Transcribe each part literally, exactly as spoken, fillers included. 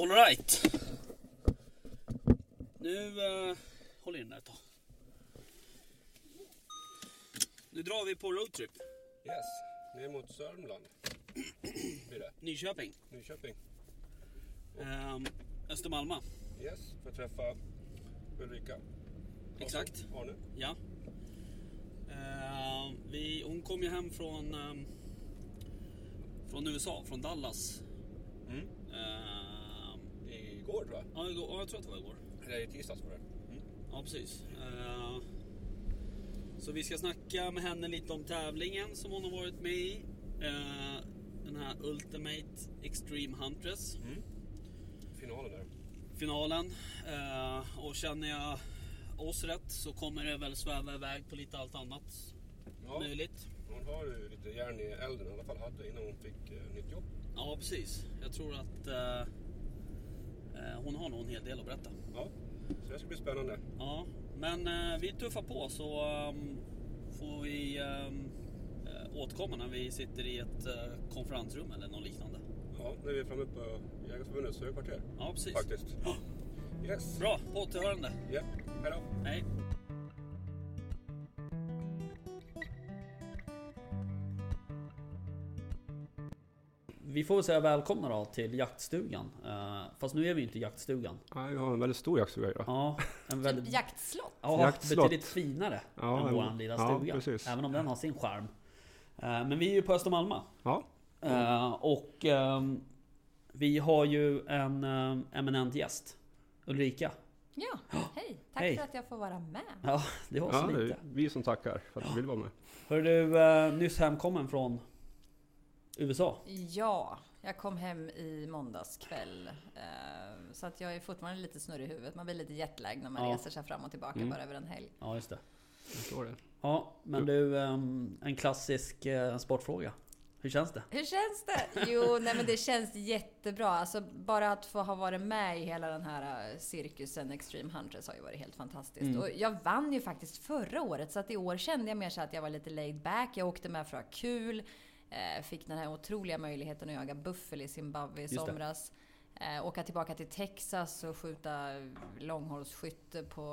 All right. Nu uh, håll in där ett tag. Nu drar vi på roadtrip. Yes, ner mot Sörmland. Blir det? Nyköping. Nyköping. Um, Östermalma. Yes, för att träffa Ulrika. Exakt. Arne. Ja. Uh, vi, hon kom ju hem från um, från U S A, från Dallas. Mm. Uh, Igår tror jag. Ja, igår, ja, jag tror att det var igår. Eller i tisdags var det. Mm. Ja, precis. Uh, så vi ska snacka med henne lite om tävlingen som hon har varit med i. Uh, den här Ultimate Extreme Huntress. Mm. Finalen där. Finalen. Uh, och känner jag oss rätt så kommer det väl sväva iväg på lite allt annat Ja. möjligt. Hon har ju lite järn i elden i alla fall, hade innan hon fick uh, nytt jobb. Ja, precis. Jag tror att uh, uh, hon har nog en hel del att berätta. Ja, så det ska bli spännande. Ja, men uh, vi tuffar på så um, får vi um, uh, återkomma när vi sitter i ett uh, konferensrum eller något liknande. Ja, nu är vi framme på Jägarförbundets högkvarter. Ja, precis. Faktiskt. Ja. Yes. Bra, på återhörande. Ja, hej då. Hej. Vi får väl säga välkomna då till jaktstugan. Uh, fast nu är vi ju inte i jaktstugan. Ja, vi har en väldigt stor jaktstuga idag. Ja, en väldigt... Jaktslott. Ja, Jaktslott. betydligt finare Ja, än en- våran lilla ja, stuga. precis. Även om den har sin charm. Uh, men vi är ju på Östermalma. Ja. Uh, och um, vi har ju en um, eminent gäst. Ulrika. Ja, hej. Tack Hej. för att jag får vara med. Ja, det var Ja, så det lite. är vi som tackar för att du vill vara med. Hör du, uh, nyss hemkommen från U S A. Ja, jag kom hem i måndags kväll. eh, Så att jag är fortfarande lite snurrig i huvudet. Man blir lite jetlag när man Ja. reser sig fram och tillbaka Mm. bara över en helg. Ja, just det. Jag förstår det. Ja, men du, um, en klassisk uh, sportfråga. Hur känns det? Hur känns det? Jo, nej men det känns jättebra. Alltså bara att få ha varit med i hela den här cirkusen Extreme Huntress har ju varit helt fantastiskt. Mm. Och jag vann ju faktiskt förra året, så att i år kände jag mer så att jag var lite laid back. Jag åkte med för att ha kul. Eh, fick den här otroliga möjligheten att jaga buffel i Zimbabwe i Just det. somras. Eh, åka tillbaka till Texas och skjuta långhållsskytte på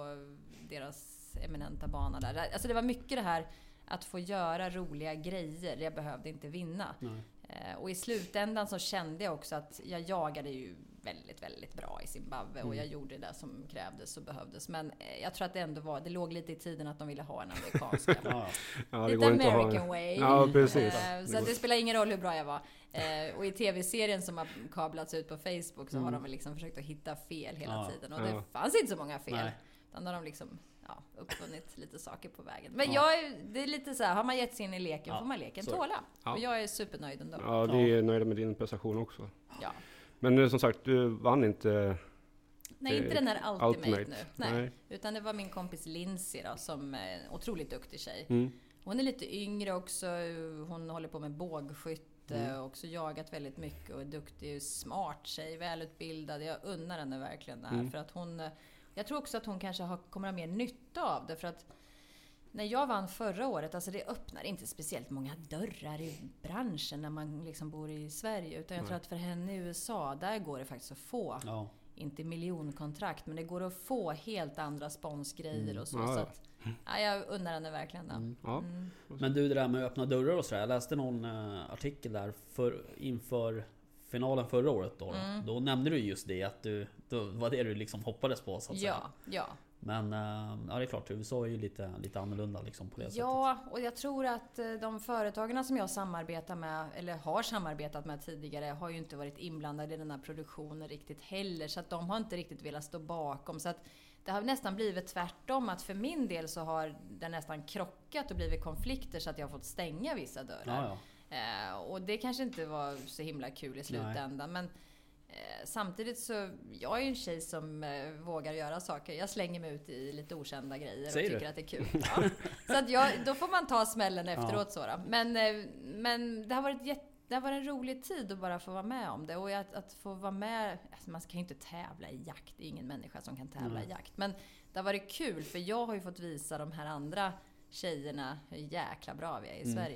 deras eminenta bana där. Alltså det var mycket det här att få göra roliga grejer. Jag behövde inte vinna. Nej. Eh, och i slutändan så kände jag också att jag jagade ju väldigt, väldigt bra i Zimbabwe. Mm. Och jag gjorde det som krävdes och behövdes. Men eh, jag tror att det ändå var, det låg lite i tiden att de ville ha en amerikanska. Ja, Ja, det Lite går inte att ha American en- way. Ja, precis. Eh, så att det spelar ingen roll hur bra jag var. Eh, och i tv-serien som har kablats ut på Facebook så har de väl liksom försökt att hitta fel hela Ja. tiden. Och Ja. det fanns inte så många fel. Nej. Utan har de liksom ja, uppfunnit lite saker på vägen. Men Ja. jag är, det är lite så här, har man gett sig in i leken Ja, får man leken så är det. tåla. Ja. Och jag är supernöjd ändå. Ja, vi är nöjda med din prestation också. Ja. Men eh, som sagt, du vann inte. Nej, Eh, inte den här Ultimate, Ultimate. nu. Nej. Nej. Utan det var min kompis Lindsay då, som är en otroligt duktig tjej. Mm. Hon är lite yngre också. Hon håller på med bågskytte Mm. och också jagat väldigt mycket och är duktig, smart tjej, välutbildad. Jag unnar henne verkligen det här. Mm. För att hon, jag tror också att hon kanske har, kommer ha mer nytta av det. För att när jag vann förra året, alltså det öppnar inte speciellt många dörrar i branschen när man liksom bor i Sverige. Utan jag Nej. tror att för henne i U S A, där går det faktiskt att få. ja. Inte miljonkontrakt, men det går att få helt andra sponsgrejer och så. Ja, så ja. att, ja, jag unnar henne verkligen det. Mm. Ja. Mm. Men du, det där med att öppna dörrar och sådär. Jag läste någon uh, artikel där för, inför finalen förra året då. Då, Mm. då nämnde du just det, att du, då var det du liksom hoppades på så att säga. Ja, ja. Men uh, ja, det är klart, U S A är ju lite, lite annorlunda liksom på det sättet. Ja, och jag tror att eh, de företagen som jag samarbetar med, eller har samarbetat med tidigare, har ju inte varit inblandade i den här produktionen riktigt heller. Så att de har inte riktigt velat stå bakom. Så att det har nästan blivit tvärtom. Att för min del så har det nästan krockat och blivit konflikter så att jag har fått stänga vissa dörrar. Ja, ja. Eh, och det kanske inte var så himla kul i slutändan. Men eh, samtidigt så, jag är ju en tjej som eh, vågar göra saker. Jag slänger mig ut i lite okända grejer Säger och tycker du? att det är kul. Ja. Så att jag, då får man ta smällen efteråt. Så då. Men, eh, men det har varit jätte Det har varit en rolig tid att bara få vara med om det. Och att, att få vara med... Alltså man kan ju inte tävla i jakt. Det är ingen människa som kan tävla Nej. i jakt. Men det har varit kul. För jag har ju fått visa de här andra tjejerna hur jäkla bra vi är i Mm, Sverige. Ja.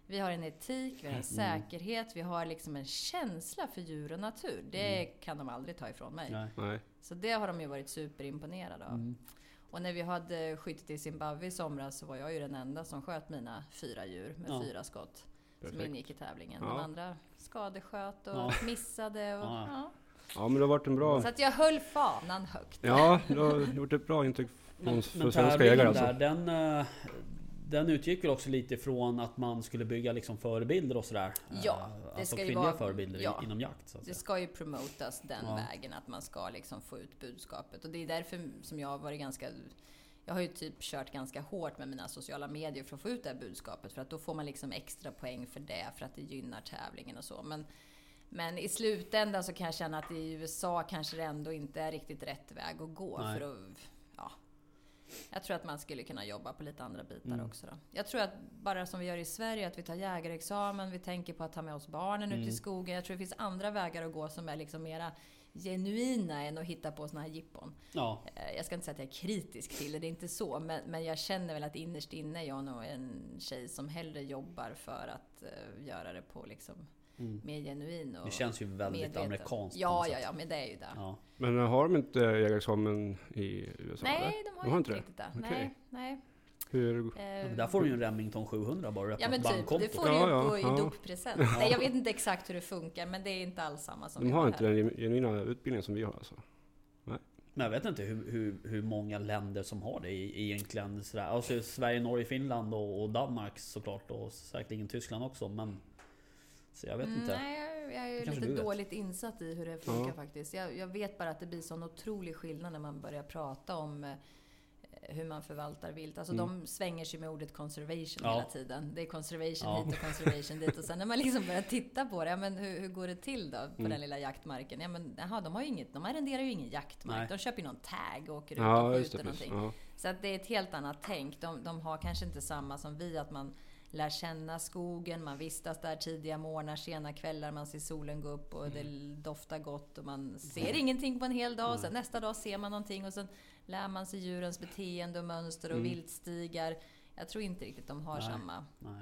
Vi har en etik, vi har en säkerhet, vi har liksom en känsla för djur och natur. Det mm. kan de aldrig ta ifrån mig. Nej. Nej. Så det har de ju varit superimponerade av. Mm. Och när vi hade skyttet i Zimbabwe i somras så var jag ju den enda som sköt mina fyra djur med ja. fyra skott. Perfekt. Som ingick i tävlingen. Ja. De andra skadesköt och ja. missade. Och, ja. Ja. ja, men det har varit en bra... Så att jag höll fanan högt. Ja, du har gjort ett bra intryck men, för men svenska jägare. Alltså. Den, den utgick väl också lite från att man skulle bygga liksom förebilder och sådär. Ja, det alltså ska kvinnliga ju vara, förebilder ja, inom jakt. Så att det säga. ska ju promotas den ja. vägen, att man ska liksom få ut budskapet. Och det är därför som jag har varit ganska... Jag har ju typ kört ganska hårt med mina sociala medier för att få ut det här budskapet. För att då får man liksom extra poäng för det, för att det gynnar tävlingen och så. Men, men i slutändan så kan jag känna att i U S A kanske det ändå inte är riktigt rätt väg att gå. Nej. För att, ja, jag tror att man skulle kunna jobba på lite andra bitar mm. också. Då. Jag tror att bara som vi gör i Sverige, att vi tar jägarexamen, vi tänker på att ta med oss barnen mm. ut i skogen. Jag tror det finns andra vägar att gå som är liksom mera genuina än att hitta på såna här jippon. Ja. Jag ska inte säga att jag är kritisk till det, det är inte så. Men, men jag känner väl att innerst inne är jag nog en tjej som hellre jobbar för att uh, göra det på liksom mm. mer genuin och det känns ju väldigt medvetet. Amerikanskt. Ja, ja, ja, men det är ju det. Ja. Men har de inte jägarexamen i U S A? Nej, eller? de har, de har inte det. Riktigt det. Okay. Nej, nej. Hur... Eh, där får du ju en Remington sjuhundra bara öppna ja, men typ, det får du ju ja, på ja, i doppresent. Ja. Nej, jag vet inte exakt hur det funkar, men det är inte alls samma som de vi har har inte här. Den genuina utbildningen som vi har alltså. Nej. Men jag vet inte hur, hur, hur många länder som har det egentligen. Sådär. Alltså Sverige, Norge, Finland och, och Danmark såklart. Och säkerligen Tyskland också. Men så jag vet mm, inte. Nej, jag, jag är lite dåligt insatt i hur det funkar ja. faktiskt. Jag, jag vet bara att det blir sån otrolig skillnad när man börjar prata om eh, hur man förvaltar vilt. Alltså mm. de svänger sig med ordet conservation ja. hela tiden. Det är conservation ja. hit och conservation dit. Och sen när man liksom börjar titta på det, ja, men hur, hur går det till då på mm. den lilla jaktmarken? Ja, men, aha, de har ju inget, de arrenderar ju ingen jaktmark. Nej. De köper ju någon tag och åker ut ja, och skjuter någonting. Ja. Så att det är ett helt annat tänk. De, de har kanske inte samma som vi, att man lär känna skogen, man vistas där tidiga morgnar, sena kvällar, man ser solen gå upp och det doftar gott och man ser mm. ingenting på en hel dag och sen nästa dag ser man någonting och sen lär man sig djurens beteende och mönster och mm. viltstigar. Jag tror inte riktigt de har Nej. samma. Nej.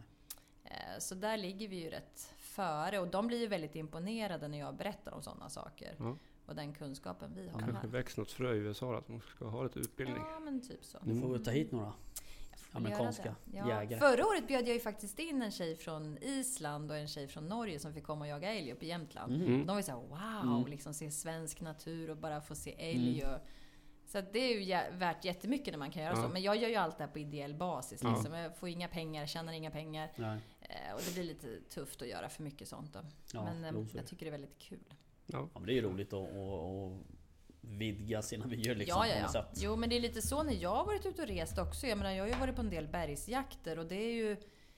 Så där ligger vi ju rätt före och de blir ju väldigt imponerade när jag berättar om sådana saker. Mm. Och den kunskapen vi har kanske här. Växt något frö i U S A att de ska ha lite utbildning. Ja, men typ så. Du får väl ta hit några amerikanska ja. jägare. Förra året bjöd jag ju faktiskt in en tjej från Island och en tjej från Norge som fick komma och jaga älg upp i Jämtland. Mm. De var ju såhär, wow, mm. liksom se svensk natur och bara få se älg. Mm. Och, så att det är ju jä- värt jättemycket när man kan göra ja. så. Men jag gör ju allt det här på ideell basis. Liksom. Ja. Jag får inga pengar, tjänar inga pengar. Eh, och det blir lite tufft att göra för mycket sånt då. Ja, men eh, jag tycker det är väldigt kul. Ja, ja men det är ju roligt att, att, att vidga sina vyer liksom ja, ja, ja. på något sätt. Jo, men det är lite så när jag har varit ute och rest också. Jag menar, jag har ju varit på en del bergsjakter och det är ju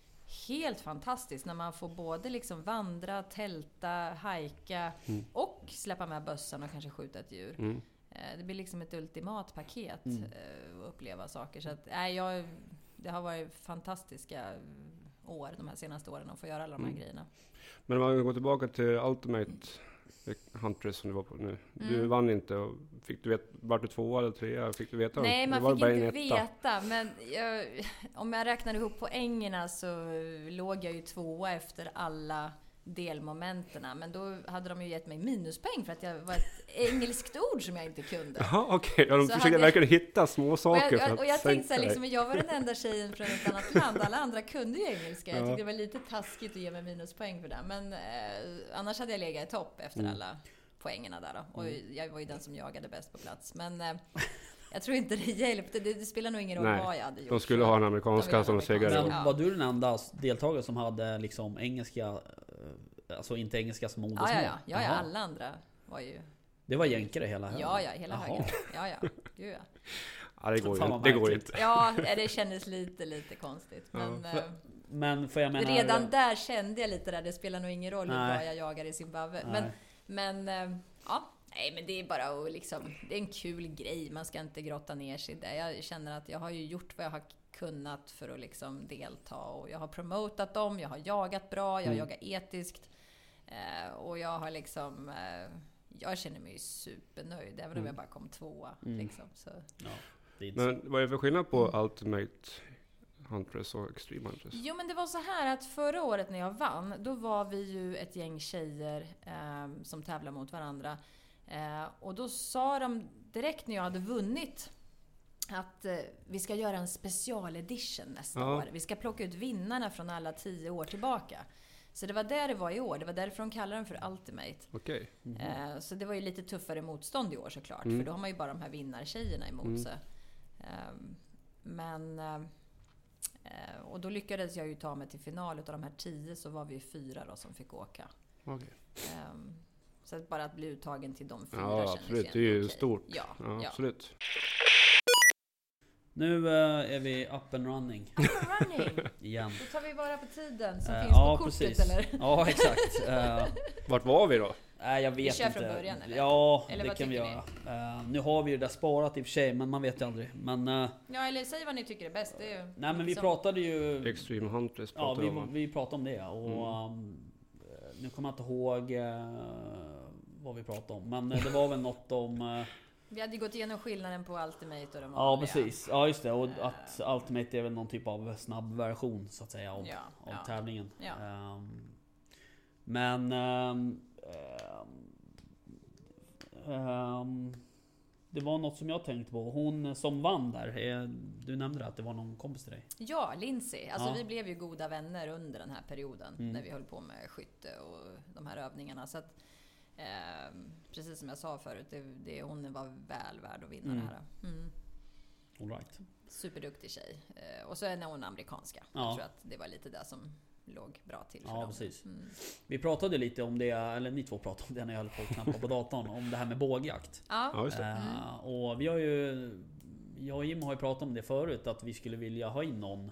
helt fantastiskt när man får både liksom vandra, tälta, hajka mm. och släppa med bössan och kanske skjuta ett djur. Mm. Det blir liksom ett ultimat paket mm. att uppleva saker. Så att, nej, jag, det har varit fantastiska år de här senaste åren att få göra alla de här mm. grejerna. Men om man går tillbaka till Ultimate Huntress som du var på nu. Mm. Du vann inte. Och fick du veta, var du två eller tre? Fick du veta? Nej, man fick inte veta. Men jag, om jag räknar ihop poängerna så låg jag ju tvåa efter alla delmomenterna. Men då hade de ju gett mig minuspoäng för att jag var ett engelskt ord som jag inte kunde. Jaha, okej. Okay. Ja, de så försökte verkligen hitta små saker. Och jag, jag, och jag tänkte så här, liksom, jag var den enda tjejen från ett annat land. Alla andra kunde ju engelska. Jag tyckte det var lite taskigt att ge mig minuspoäng för det. Men eh, annars hade jag legat i topp efter mm. alla poängerna där då. Och mm. jag var ju den som jagade bäst på plats. Men eh, jag tror inte det hjälpte. Det, det spelar nog ingen roll Nej, vad jag hade gjort. De skulle ha en amerikanska som segrare. Men var du den enda deltagare som hade liksom engelska, alltså inte engelska som modersmål? Ja, ja, ja. ja, ja alla andra var ju... Det var jänkare hela högen? Ja, ja, hela högen. Ja, ja. Gud, ja. Ja, det går ju det går inte. Ja, det kändes lite, lite konstigt. Men, ja. för, men för jag menar... Redan där kände jag lite där. Det spelar nog ingen roll hur bra jag jagar i Zimbabwe. Men, men ja... Nej, men det är bara att liksom, det är en kul grej. Man ska inte grotta ner sig i det. Jag känner att jag har ju gjort vad jag har kunnat för att liksom delta. Och jag har promotat dem, jag har jagat bra, jag har mm. jagat etiskt. Eh, och jag har liksom... Eh, jag känner mig supernöjd, även om mm. jag bara kom tvåa. Mm. Liksom, så. Ja, det är men vad är det för skillnad på mm. Ultimate Huntress och Extreme Huntress? Jo, men det var så här att förra året när jag vann, då var vi ju ett gäng tjejer eh, som tävlar mot varandra. Eh, och då sa de direkt när jag hade vunnit att eh, vi ska göra en specialedition nästa Ja. år. Vi ska plocka ut vinnarna från alla tio år tillbaka. Så det var där det var i år. Det var därför de kallar den för Ultimate. Okej. Mm. Eh, så det var ju lite tuffare motstånd i år såklart. Mm. För då har man ju bara de här vinnartjejerna emot Mm. sig. Eh, men... Eh, och då lyckades jag ju ta mig till final. Utav de här tio så var vi fyra då som fick åka. Okej. Eh, så att bara att bli uttagen till de fyra Ja, kändes absolut. ju Det är ju okej. stort. Ja, Ja, ja. absolut. Nu eh, är vi up and running Up and running! igen. Då tar vi vara på tiden som Eh, finns ja, på kortet precis. eller? Ja, exakt. Eh, Vart var vi då? Nej, jag vet kör inte. från början, eller? Ja, Eller det vad kan vi tycker göra. Uh, nu har vi ju det där sparat i och för sig, men man vet ju aldrig. Men, uh, Ja, eller säg vad ni tycker är bäst. Det är ju nej, men vi liksom- pratade ju... Extreme Huntress Ja, pratade vi, vi om. vi pratade om det. Och Mm. um, nu kommer jag inte ihåg uh, vad vi pratade om. Men uh, det var väl något om... Uh, Vi hade ju gått igenom skillnaden på Ultimate och de ja, vanliga. precis. Ja, just det. Och att Ultimate är väl någon typ av snabb version så att säga av, Ja, av ja. tävlingen. Ja. Um, men... Um, um, um, det var något som jag tänkte på. Hon som vann där, är, du nämnde det, att det var någon kompis till dig. Ja, Lindsay. Alltså Ja. vi blev ju goda vänner under den här perioden. Mm. När vi höll på med skytte och de här övningarna. Så att, eh, precis som jag sa förut, det, det, hon var väl värd att vinna Mm. det här. Mm. All right. Superduktig tjej. Eh, och så är hon amerikanska. Ja. Jag tror att det var lite där som låg bra till för Ja, dem. precis. Mm. Vi pratade lite om det, eller ni två pratade om det när jag höll på att knappa på datorn, om det här med bågjakt. Ja. Ja, just det. Eh, och vi har ju, jag och Jim har ju pratat om det förut, att vi skulle vilja ha in någon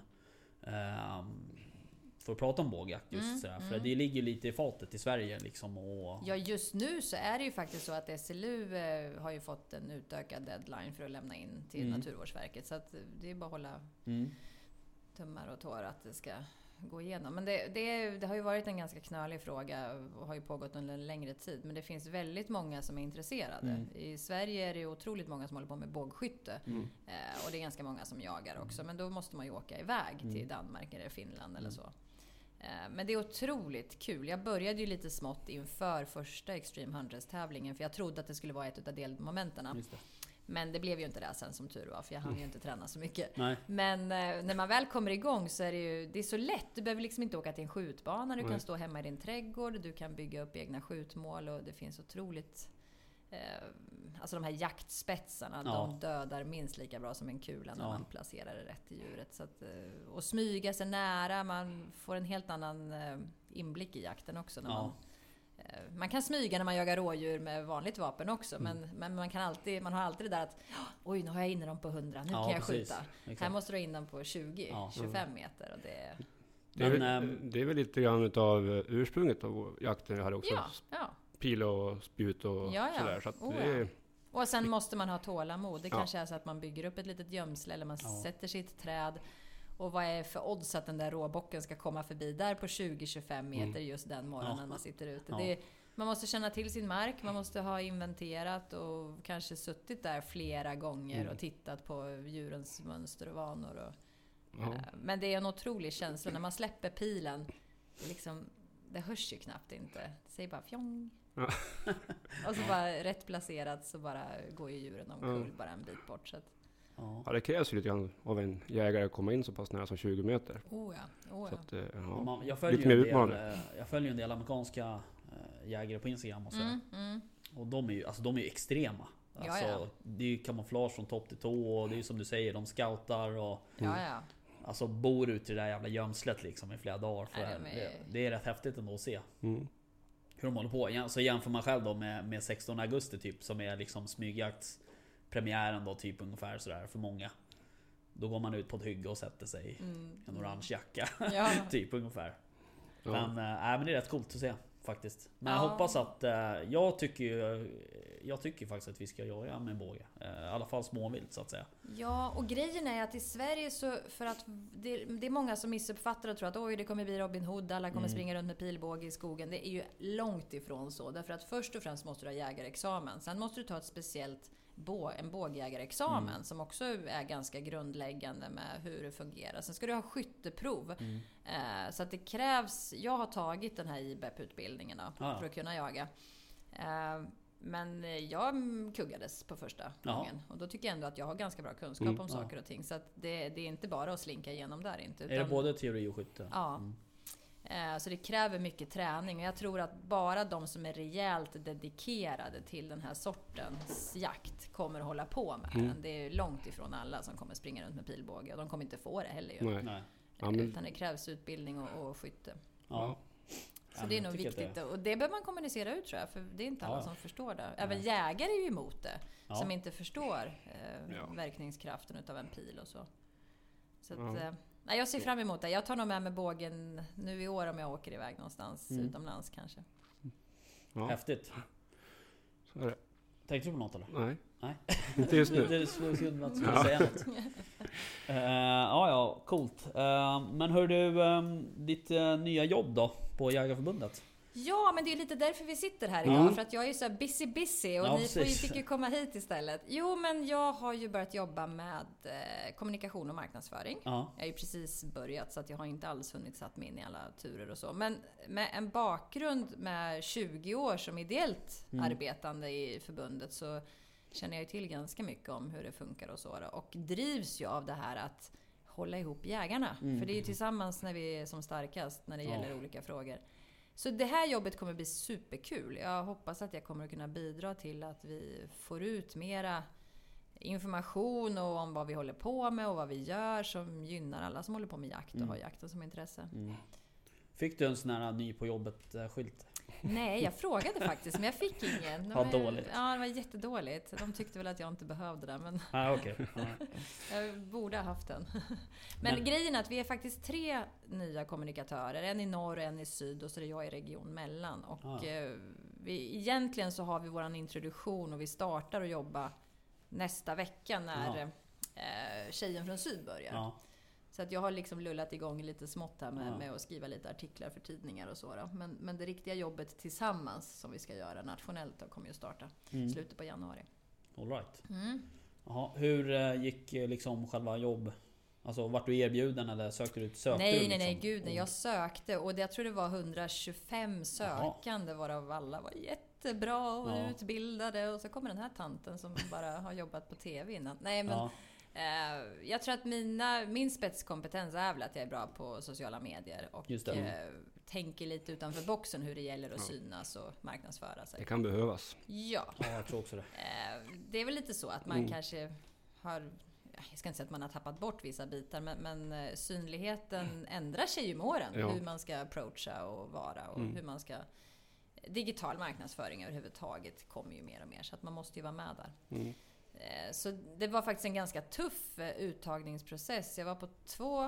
eh, för att prata om bågjakt just Mm, sådär. För mm. det ligger ju lite i fatet i Sverige liksom. Och, Ja, just nu så är det ju faktiskt så att S L U eh, har ju fått en utökad deadline för att lämna in till Mm. Naturvårdsverket. Så att det är bara att hålla mm, tummar och tår att det ska gå igenom. Men det, det, det har ju varit en ganska knölig fråga och har ju pågått under en längre tid. Men det finns väldigt många som är intresserade. Mm. I Sverige är det ju otroligt många som håller på med bågskytte. mm, Eh, och det är ganska många som jagar också. Men då måste man ju åka iväg Mm. till Danmark eller Finland eller Mm. så. Eh, men det är otroligt kul. Jag började ju lite smått inför första Extreme Hundreds-tävlingen. För jag trodde att det skulle vara ett av delmomenten. just det. Men det blev ju inte det sen som tur var. För jag hann ju inte träna så mycket. Nej. Men eh, när man väl kommer igång så är det ju det är så lätt. Du behöver liksom inte åka till en skjutbana. Du Nej. kan stå hemma i din trädgård. Du kan bygga upp egna skjutmål. Och det finns otroligt... Eh, alltså de här jaktspetsarna, Ja. de dödar minst lika bra som en kula när Ja. man placerar det rätt i djuret. Så att, eh, och smyga sig nära. Man får en helt annan eh, inblick i jakten också. När Ja. man, eh, man kan smyga när man jagar rådjur med vanligt vapen också. Mm. Men, men man, kan alltid, man har alltid det där att oj, nu har jag inne dem på hundra. Nu Ja, kan jag precis. skjuta. Exakt. Här måste du ha in dem på tjugo Ja. tjugofem meter. Och det, Det är, Men, väl, ehm, det är väl lite grann utav eh, ursprunget av jakten jag hade också. ja, ja. Pil och spjut och Ja, ja. sådär. Så att Oh, det är, Och sen måste man ha tålamod. Det Ja. kanske är så att man bygger upp ett litet gömsle eller man Ja. sätter sig i ett träd. Och vad är för odds att den där råbocken ska komma förbi där på tjugo tjugofem meter Mm. just den morgonen Ja. man sitter ute. Ja. Det, man måste känna till sin mark, man måste ha inventerat och kanske suttit där flera gånger Mm. och tittat på djurens mönster och vanor. Och, ja. eh, men det är en otrolig känsla när man släpper pilen. Det, liksom, det hörs ju knappt inte. Det säger bara fjong. Ja. Och så bara rätt placerat så bara går ju djuren omkull Ja. bara en bit bort. Så att, Ja. ja, det krävs ju lite grann av en jägare att komma in så pass nära som tjugo meter. oh ja, oh Så ja. att, eh, ja. Man, jag, följer Lite ju mer en del, utmanande. eh, jag följer ju en del amerikanska eh, jägare på Instagram och så. Mm, mm. Och de är ju alltså, de är ju extrema. Ja, Alltså, ja. Det är ju kamouflage från topp till tå och det är ju som du säger, de scoutar och Ja, ja. alltså bor ute i det där jävla gömslet liksom i flera dagar. För Nej, de är- det, det är rätt häftigt ändå att se Mm. hur de håller på. Ja, så jämför man själv då med, med sextonde augusti typ, som är liksom smygjaktspremiären då typ ungefär sådär för många. Då går man ut på ett hygge och sätter sig i Mm. en orange jacka. Ja. typ ungefär. Ja. Men, äh, men det är rätt coolt att se faktiskt. Men Ja. jag hoppas att, äh, jag tycker ju, jag tycker faktiskt att vi ska jaga med en båge. Äh, I alla fall småvilt så att säga. Ja, och grejen är att i Sverige så, för att det, det är många som missuppfattar och tror att oj, det kommer bli Robin Hood, alla kommer Mm. springa runt med pilbåge i skogen. Det är ju långt ifrån så. Därför att först och främst måste du ha jägarexamen. Sen måste du ta ett speciellt bå, en bågjägarexamen Mm. som också är ganska grundläggande med hur det fungerar. Sen ska du ha skytteprov. Mm. Eh, så att det krävs, jag har tagit den här I B E P-utbildningen då, Ah. för att kunna jaga. Eh, men jag kuggades på första Jaha. gången. Och då tycker jag ändå att jag har ganska bra kunskap Mm. om Ja. saker och ting. Så att det, det är inte bara att slinka igenom där inte. Är det utan- både teori och skytte? Ja. Mm. Eh, Så det kräver mycket träning och jag tror att bara de som är rejält dedikerade till den här sortens jakt kommer att hålla på med Mm. den. Det är långt ifrån alla som kommer springa runt med pilbåge och de kommer inte få det heller ju. Nej. Nej. Ja, men, Utan det krävs utbildning och, och skytte. Ja. Så Ja, det är jag nog tycker att viktigt det- och det behöver man kommunicera ut tror jag, för det är inte alla Ja, ja. som förstår det. Även Nej. jägare är ju emot det, Ja. som inte förstår eh, Ja. verkningskraften utav en pil och så. Så att, Ja. eh, nej, jag ser fram emot det. Jag tar nog med mig bågen nu i år om jag åker iväg någonstans Mm. utomlands kanske. ja, Häftigt. så är det. Tänkte du på något eller? Nej, Nej. inte just nu. Det slog sig undan att du skulle Ja. säga något. Uh, ja, ja, coolt. Uh, men hör du, um, ditt uh, nya jobb då på Jägarförbundet? Ja, men det är lite därför vi sitter här Mm. idag. För att jag är ju så här busy busy och Ja, ni får ju, precis. fick ju komma hit istället. Jo, men jag har ju börjat jobba med eh, kommunikation och marknadsföring. Ja. Jag har ju precis börjat så att jag har inte alls hunnit satt mig in i alla turer och så. Men med en bakgrund med tjugo år som ideellt Mm. arbetande i förbundet så känner jag ju till ganska mycket om hur det funkar och så. Då. Och drivs ju av det här att hålla ihop jägarna. Mm. För det är ju tillsammans när vi är som starkast när det Ja. gäller olika frågor. Så det här jobbet kommer bli superkul. Jag hoppas att jag kommer att kunna bidra till att vi får ut mera information och om vad vi håller på med och vad vi gör som gynnar alla som håller på med jakt och Mm. har jakten som intresse. Mm. Fick du en sån här ny på jobbet-skylt? Nej, jag frågade faktiskt men jag fick ingen. De Vad är- dåligt. Ja, det var jättedåligt. De tyckte väl att jag inte behövde det men Ah, okej. Ja. jag borde ha haft den. Men, Men- grejen är att vi är faktiskt tre nya kommunikatörer. En i norr och en i syd och så är det jag i region mellan. Och Ah. eh, vi, egentligen så har vi våran introduktion och vi startar att jobba nästa vecka när Ja. eh, tjejen från syd börjar. Ja. Så att jag har liksom lullat igång lite smått här med, Ja. med att skriva lite artiklar för tidningar och så. Då. Men, men det riktiga jobbet tillsammans som vi ska göra nationellt då, kommer ju starta Mm. slutet på januari. All right. Mm. Jaha, hur eh, gick eh, liksom själva jobb? Alltså vart du erbjuden eller sökte du? Sökte Nej, du nej, nej, liksom? gud nej. Jag sökte och det, jag tror det var hundratjugofem sökande varav alla var jättebra och Ja. utbildade. Och så kommer den här tanten som bara har jobbat på T V innan. Nej, men Ja. eh, jag tror att mina, min spetskompetens är väl att jag är bra på sociala medier och Just det. eh, tänker lite utanför boxen hur det gäller att Ja. synas och marknadsföra Det sig. kan behövas. Ja, Ja, jag tror också det. eh, det är väl lite så att man Mm. kanske har, jag ska inte säga att man har tappat bort vissa bitar, men, men eh, synligheten ändrar sig ju med åren. Ja. Hur man ska approacha och vara och Mm. hur man ska... Digital marknadsföring överhuvudtaget kommer ju mer och mer, så att man måste ju vara med där. Mm. Eh, Så det var faktiskt en ganska tuff eh, uttagningsprocess. Jag var på två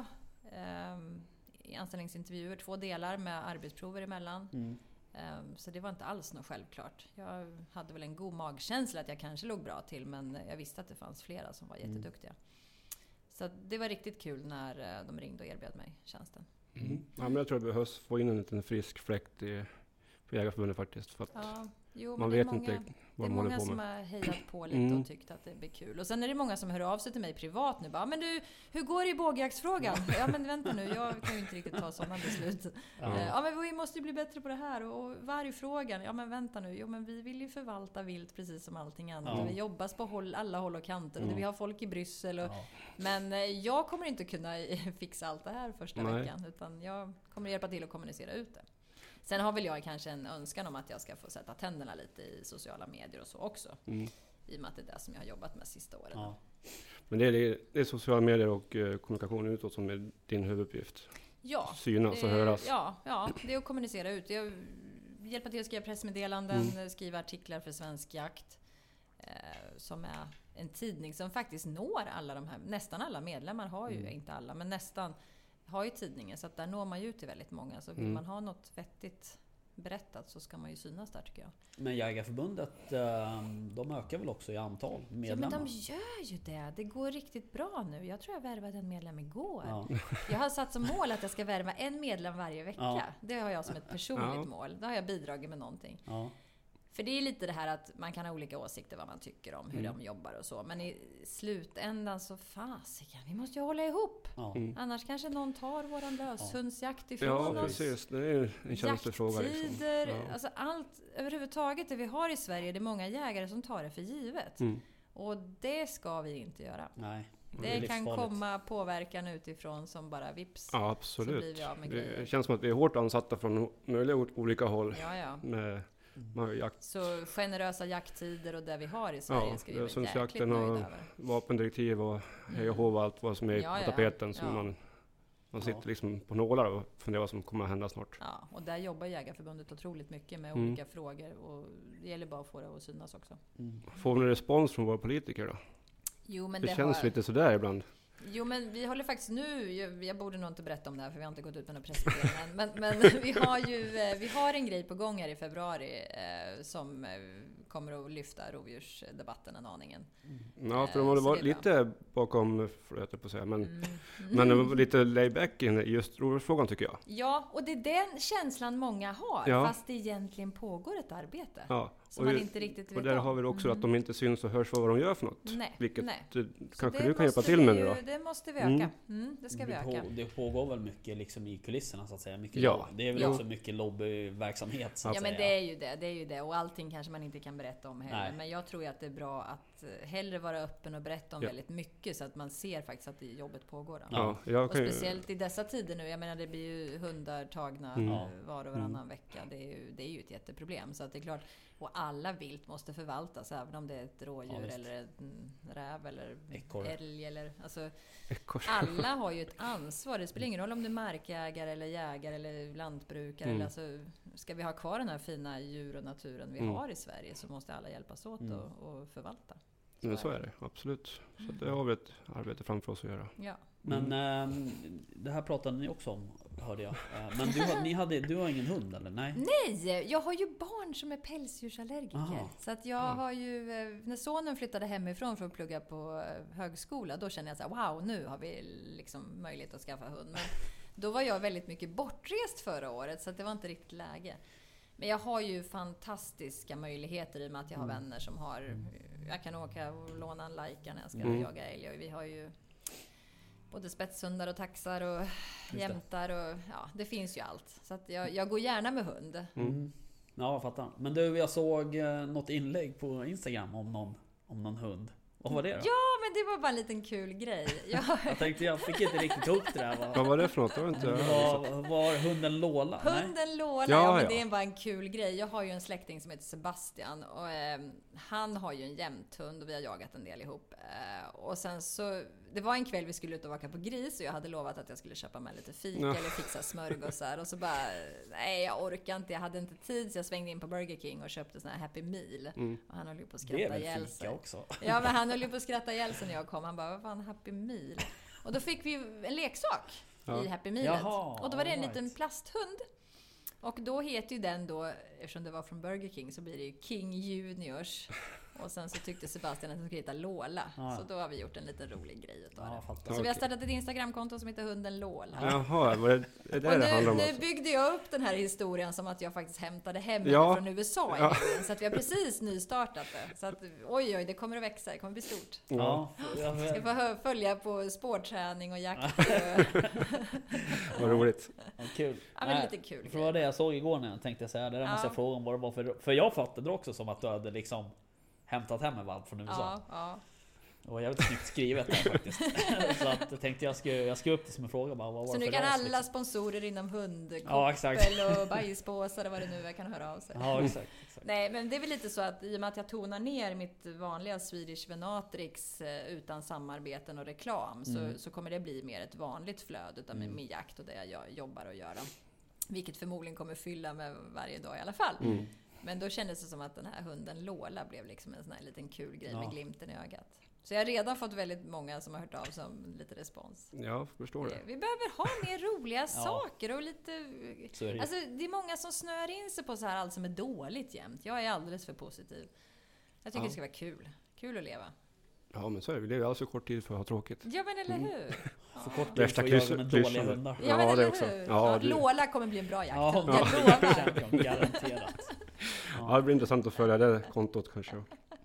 eh, anställningsintervjuer, två delar med arbetsprover emellan. Mm. Ehm, Så det var inte alls något självklart. Jag hade väl en god magkänsla att jag kanske låg bra till, men jag visste att det fanns flera som var Mm. jätteduktiga. Så att det var riktigt kul när eh, de ringde och erbjöd mig tjänsten. Mm. Ja, men jag tror att det behövs få in en liten frisk fläkt i, på Jägarförbundet faktiskt. För att Ja, jo, men man det är vet många, inte det vad är de håller många på som med. har hejat på lite Mm. och tyckt att det blir kul. Och sen är det många som hör av sig till mig privat nu. Bara, men du, hur går det i bågjaktsfrågan? Ja, men vänta nu, jag kan ju inte riktigt ta sådana beslut. Ja. Ja, men vi måste ju bli bättre på det här. Och vargfrågan, ja men vänta nu. Jo, men vi vill ju förvalta vilt precis som allting annat. Ja. Och vi jobbas på håll, alla håll och kanter. Och Mm. vi har folk i Bryssel. Och, Ja. Men eh, jag kommer inte kunna fixa allt det här första Nej. veckan. Utan jag kommer hjälpa till att kommunicera ut det. Sen har väl jag kanske en önskan om att jag ska få sätta tänderna lite i sociala medier och så också. Mm. I och med att det är det som jag har jobbat med sista åren. Ja. Men det är, det är sociala medier och eh, kommunikation utåt som är din huvuduppgift. Ja, Synas och det- höras. Ja, ja, det är att kommunicera ut. Jag hjälper till att skriva pressmeddelanden, Mm. skriva artiklar för Svensk Jakt. Eh, som är en tidning som faktiskt når alla de här, nästan alla medlemmar har ju, Mm. inte alla, men nästan har ju tidningen. Så att där når man ju ut till väldigt många. Så vill Mm. man ha något vettigt berättat så ska man ju synas där tycker jag. Men Jägarförbundet, eh, de ökar väl också i antal Ja, men medlemmar? de gör ju det. Det går riktigt bra nu. Jag tror jag värvade en medlem igår. Ja. Jag har satt som mål att jag ska värva en medlem varje vecka. Ja. Det har jag som ett personligt Ja. mål. Då har jag bidragit med någonting. Ja. För det är lite det här att man kan ha olika åsikter vad man tycker om hur mm. de jobbar och så. Men i slutändan så fasiken, vi måste ju hålla ihop. Ja. Mm. Annars kanske någon tar våran löshundsjakt ifrån ja, oss. Ja, precis. Det är en tjänstefråga. Liksom. Ja. Alltså allt överhuvudtaget det vi har i Sverige, det är många jägare som tar det för givet. Mm. Och det ska vi inte göra. Nej. Det, det kan komma påverkan utifrån som bara vips. Ja, absolut. Så blir vi av med det grejer. Känns som att vi är hårt ansatta från möjliga olika håll. Ja, ja. Med, med jakt. Så generösa jakttider och det vi har i Sverige ja, ska vi vara jäkligt nöjda över. Vapendirektiv och hej och hov och allt vad som är ja, på tapeten. Ja. Som man, man sitter ja. liksom på nålar och funderar vad som kommer att hända snart. Ja, och där jobbar Jägarförbundet otroligt mycket med mm. olika frågor. Och det gäller bara att få det att synas också. Mm. Får vi respons från våra politiker då? Jo, men det, det känns har... lite sådär ibland. Jo, men vi håller faktiskt nu, jag, jag borde nog inte berätta om det här för vi har inte gått ut med några pressmeddelanden, men, men vi har ju vi har en grej på gång här i februari eh, som eh, kommer att lyfta rovdjursdebatten en aningen. Mm. Ja, för de har varit lite bakom, för på att säga, men, mm. men det var lite layback i just rovdjursfrågan tycker jag. Ja, och det är den känslan många har, ja. Fast det egentligen pågår ett arbete. Ja. Som man inte riktigt vet och där om. har vi också mm. att de inte syns och hörs vad de gör för något. Nej, vilket nej. Du, kanske du kan hjälpa till med nu då? Det måste vi öka. Mm. Mm, det ska det vi öka. På, det pågår väl mycket liksom i kulisserna så att säga. Mycket ja. Lobby. Det är väl ja. också mycket lobbyverksamhet så att ja, säga. men det är ju det. Det är ju det. Och allting kanske man inte kan berätta om heller. Nej. Men jag tror ju att det är bra att hellre vara öppen och berätta om ja. väldigt mycket så att man ser faktiskt att det jobbet pågår. Då. Ja, jag och kan speciellt ju... i dessa tider nu. Jag menar det blir ju hundar tagna mm. var och varannan mm. vecka. Det är, ju, det är ju ett jätteproblem. Så att det är klart. Och alla vilt måste förvaltas, även om det är ett rådjur ja, eller en räv eller Ekorre. älg. Eller, alltså, Ekorre. alla har ju ett ansvar. Det spelar ingen roll om du är markägare eller jägare eller lantbrukare. Mm. Eller, alltså, ska vi ha kvar den här fina djur och naturen vi mm. har i Sverige så måste alla hjälpas åt mm. och, och förvalta. Så, men så är det, absolut. Så mm. det har vi ett arbete framför oss att göra. Ja. Men mm. äh, det här pratade ni också om, hörde jag. Äh, men du har, ni hade, du har ingen hund eller? Nej? Nej, jag har ju barn som är pälsdjursallergiker. Aha. Så att jag mm. har ju, när sonen flyttade hemifrån för att plugga på högskola, då kände jag så här, wow, nu har vi liksom möjlighet att skaffa hund. Men då var jag väldigt mycket bortrest förra året, så att det var inte riktigt läge. Men jag har ju fantastiska möjligheter i och med att jag har mm. vänner som har, jag kan åka och låna en Leica när jag ska mm. jaga älg. Och vi har ju både spetshundar och taxar och jämtar och ja, det finns ju allt. Så att jag, jag går gärna med hund. Mm. Ja, jag fattar. Men du, jag såg något inlägg på Instagram om någon, om någon hund. Vad var det då? Ja, men det var bara en liten kul grej. Jag, jag tänkte, jag fick inte riktigt upp det där. Vad var det för något? Det var, inte var, var hunden Lola? Hunden Nej? Lola, ja, ja, men ja. det är bara en kul grej. Jag har ju en släkting som heter Sebastian och eh, han har ju en jämthund och vi har jagat en del ihop. Eh, och sen så, det var en kväll vi skulle ut och vaka på gris och jag hade lovat att jag skulle köpa med lite fika ja. eller fixa smörgåsar och så bara, nej jag orkar inte, jag hade inte tid så jag svängde in på Burger King och köpte sån här Happy Meal. Mm. Och han höll ju på att skratta ihjäl sig. Också. Ja, men han höll ju på att skratta ihjäl sig när jag kom. Han bara, vad fan, Happy Meal? Och då fick vi en leksak ja. i Happy Mealet. Jaha, och då var det en right. liten plasthund. Och då heter ju den då, eftersom det var från Burger King, så blir det ju King Juniors. Och sen så tyckte Sebastian att den skulle heta Lola. Ja. Så då har vi gjort en liten rolig grej utav ja, det. Så okay. vi har startat ett Instagramkonto som heter Hunden Lola. Jaha, var det, är det och det handlar om? Nu byggde jag upp den här historien som att jag faktiskt hämtade hem ja. från U S A. Ja. Så att vi har precis nystartat det. Så att oj, oj, det kommer att växa. Det kommer att bli stort. Ja. Ska få följa på sportträning och jakt. Vad roligt. Ja, kul. Ja, men lite kul. För det var det jag såg igår när jag tänkte säga. Det där ja. måste jag fråga om vad det var för. För jag fattade också som att du hade liksom hämtat hem en valp från U S A. Ja, ja. Det var jävligt snyggt skrivet där faktiskt. Så att jag tänkte jag skulle, jag skulle upp det som en fråga. Bara, vad var så nu kan ras, alla liksom? Sponsorer inom hundkoppel ja, och bajspåsar och vad det nu är kan höra av sig. Ja, exakt, exakt. Nej, men det är väl lite så att i och med att jag tonar ner mitt vanliga Swedish Venatrix utan samarbeten och reklam mm. så, så kommer det bli mer ett vanligt flöde utan mm. med jakt och det jag jobbar och göra. Vilket förmodligen kommer fylla med varje dag i alla fall. Mm. Men då kändes det som att den här hunden Lola blev liksom en sån här liten kul grej ja. med glimten i ögat. Så jag har redan fått väldigt många som har hört av sig om lite respons. Ja, förstår det. Vi behöver ha mer roliga ja. saker och lite... Så är det. Alltså, det är många som snör in sig på så här allt som är dåligt jämt. Jag är alldeles för positiv. Jag tycker ja. det ska vara kul. Kul att leva. Ja, men så är det. Vi lever alldeles för kort tid för att ha tråkigt. Ja, men eller hur? Mm. För kort tid för att jaga med dåliga hundar. Ja, men ja, eller det också. hur? Ja, ja, det... Lola kommer bli en bra jakt. Ja, jag lovar. Garanterat. Ja, det blir intressant att följa det kontot kanske.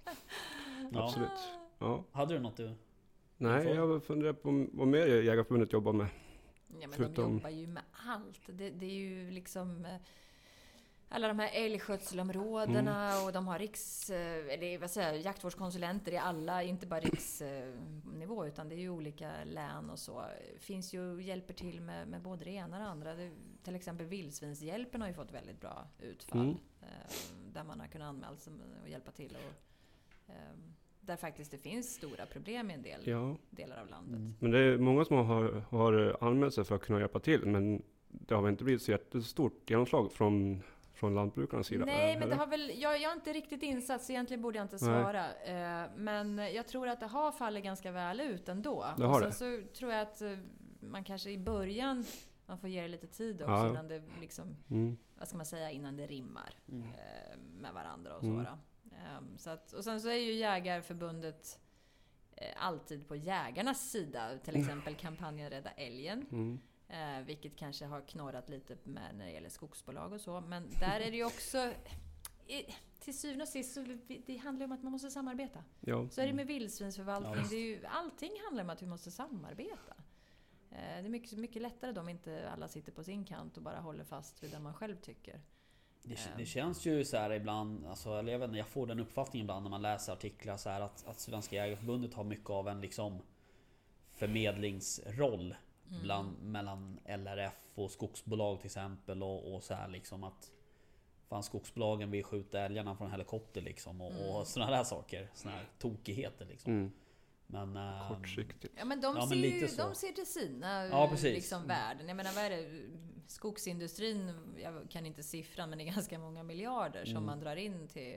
Ja. Absolut. Ja. Hade du något du? Nej, jag funderar på vad mer Jägareförbundet jobbar med. Ja, men Förutom- de jobbar ju med allt. Det, det är ju liksom eh, alla de här älgskötselområdena Mm. och de har riks, eh, eller vad säger jag, jaktvårdskonsulenter i alla, inte bara riksnivå utan det är ju olika län och så. Finns ju hjälper till med, med både det ena och det andra. Det, till exempel Vildsvinshjälpen har ju fått väldigt bra utfall. Mm. Eh, där man har kunnat anmäla sig och hjälpa till. Och, eh, där faktiskt det finns stora problem i en del Ja, delar av landet. Mm. men det är många som har, har anmält sig för att kunna hjälpa till, men det har väl inte blivit så jättestort genomslag från, från lantbrukarnas sida? Nej, men eller? det har väl, jag, jag är inte riktigt insatt så egentligen borde jag inte Nej. svara. Eh, men jag tror att det har fallit ganska väl ut ändå. Det har och sen det. så tror jag att eh, man kanske i början, man får ge det lite tid också Ja. innan det liksom, Mm. vad ska man säga, innan det rimmar Mm. eh, med varandra och Mm. så. Då. Ehm, så att, och sen så är ju Jägarförbundet eh, alltid på jägarnas sida. Till exempel kampanjen Rädda älgen. Mm. Eh, vilket kanske har knorrat lite med när det gäller skogsbolag och så. Men där är det ju också... I, till syvende och sist så vi- det handlar ju om att man måste samarbeta. Ja. Så är det med vildsvinsförvaltning. Ja, visst. det är ju, allting handlar om att vi måste samarbeta. Eh, det är mycket, mycket lättare då om inte alla sitter på sin kant och bara håller fast vid det man själv tycker. Det, Ehm. det känns ju så här ibland, alltså, eller jag, vet inte, jag får den uppfattningen ibland när man läser artiklar så här att, att Svenska Jägareförbundet har mycket av en liksom förmedlingsroll Mm. bland, mellan L R F och skogsbolag till exempel och, och så här liksom att fan, skogsbolagen vill skjuta älgarna från helikopter liksom och, Mm. och sådana där saker, såna här tokigheter liksom. Mm. Men ehm, Kortsiktigt. Ja men de, Ja, men ser, lite ju, så. de ser till sina Ja, precis. liksom, värden. Jag menar vad är det? Skogsindustrin, jag kan inte siffran men det är ganska många miljarder som Mm. man drar in till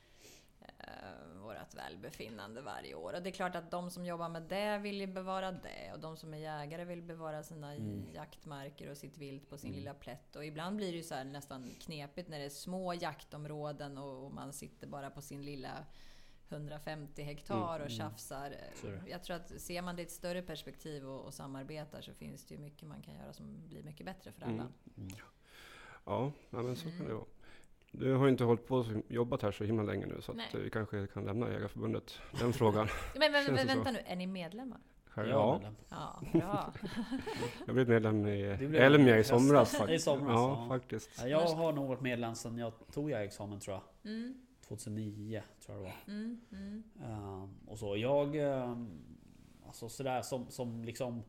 eh, vårt välbefinnande varje år. Och det är klart att de som jobbar med det vill ju bevara det. Och de som är jägare vill bevara sina Mm. jaktmarker och sitt vilt på sin Mm. lilla plätt. Och ibland blir det ju så här nästan knepigt när det är små jaktområden och, och man sitter bara på sin lilla hundrafemtio hektar och Mm. tjafsar. Så är det. Jag tror att ser man det i ett större perspektiv och, och samarbetar så finns det ju mycket man kan göra som blir mycket bättre för alla. Mm. mm. Ja, ja, men så Mm. kan det vara. Du har ju inte hållit på och jobbat här så himla länge nu så Nej. att vi kanske kan lämna Jägareförbundet. Den frågan. Men, men, Känns men det vänta så? nu, är ni medlemmar? Ja, Ja, ja. men- Ja, bra. Jag blev medlem i Du blev Elmia i medlem i somras höstas. faktiskt. I somras, ja, ja. faktiskt. Ja, jag har nog varit medlem sedan jag tog jag examen tror jag. Mm, tjugohundranio tror jag det var. mm, mm. Ehm, och så jag ehm, alltså sådär som, som liksom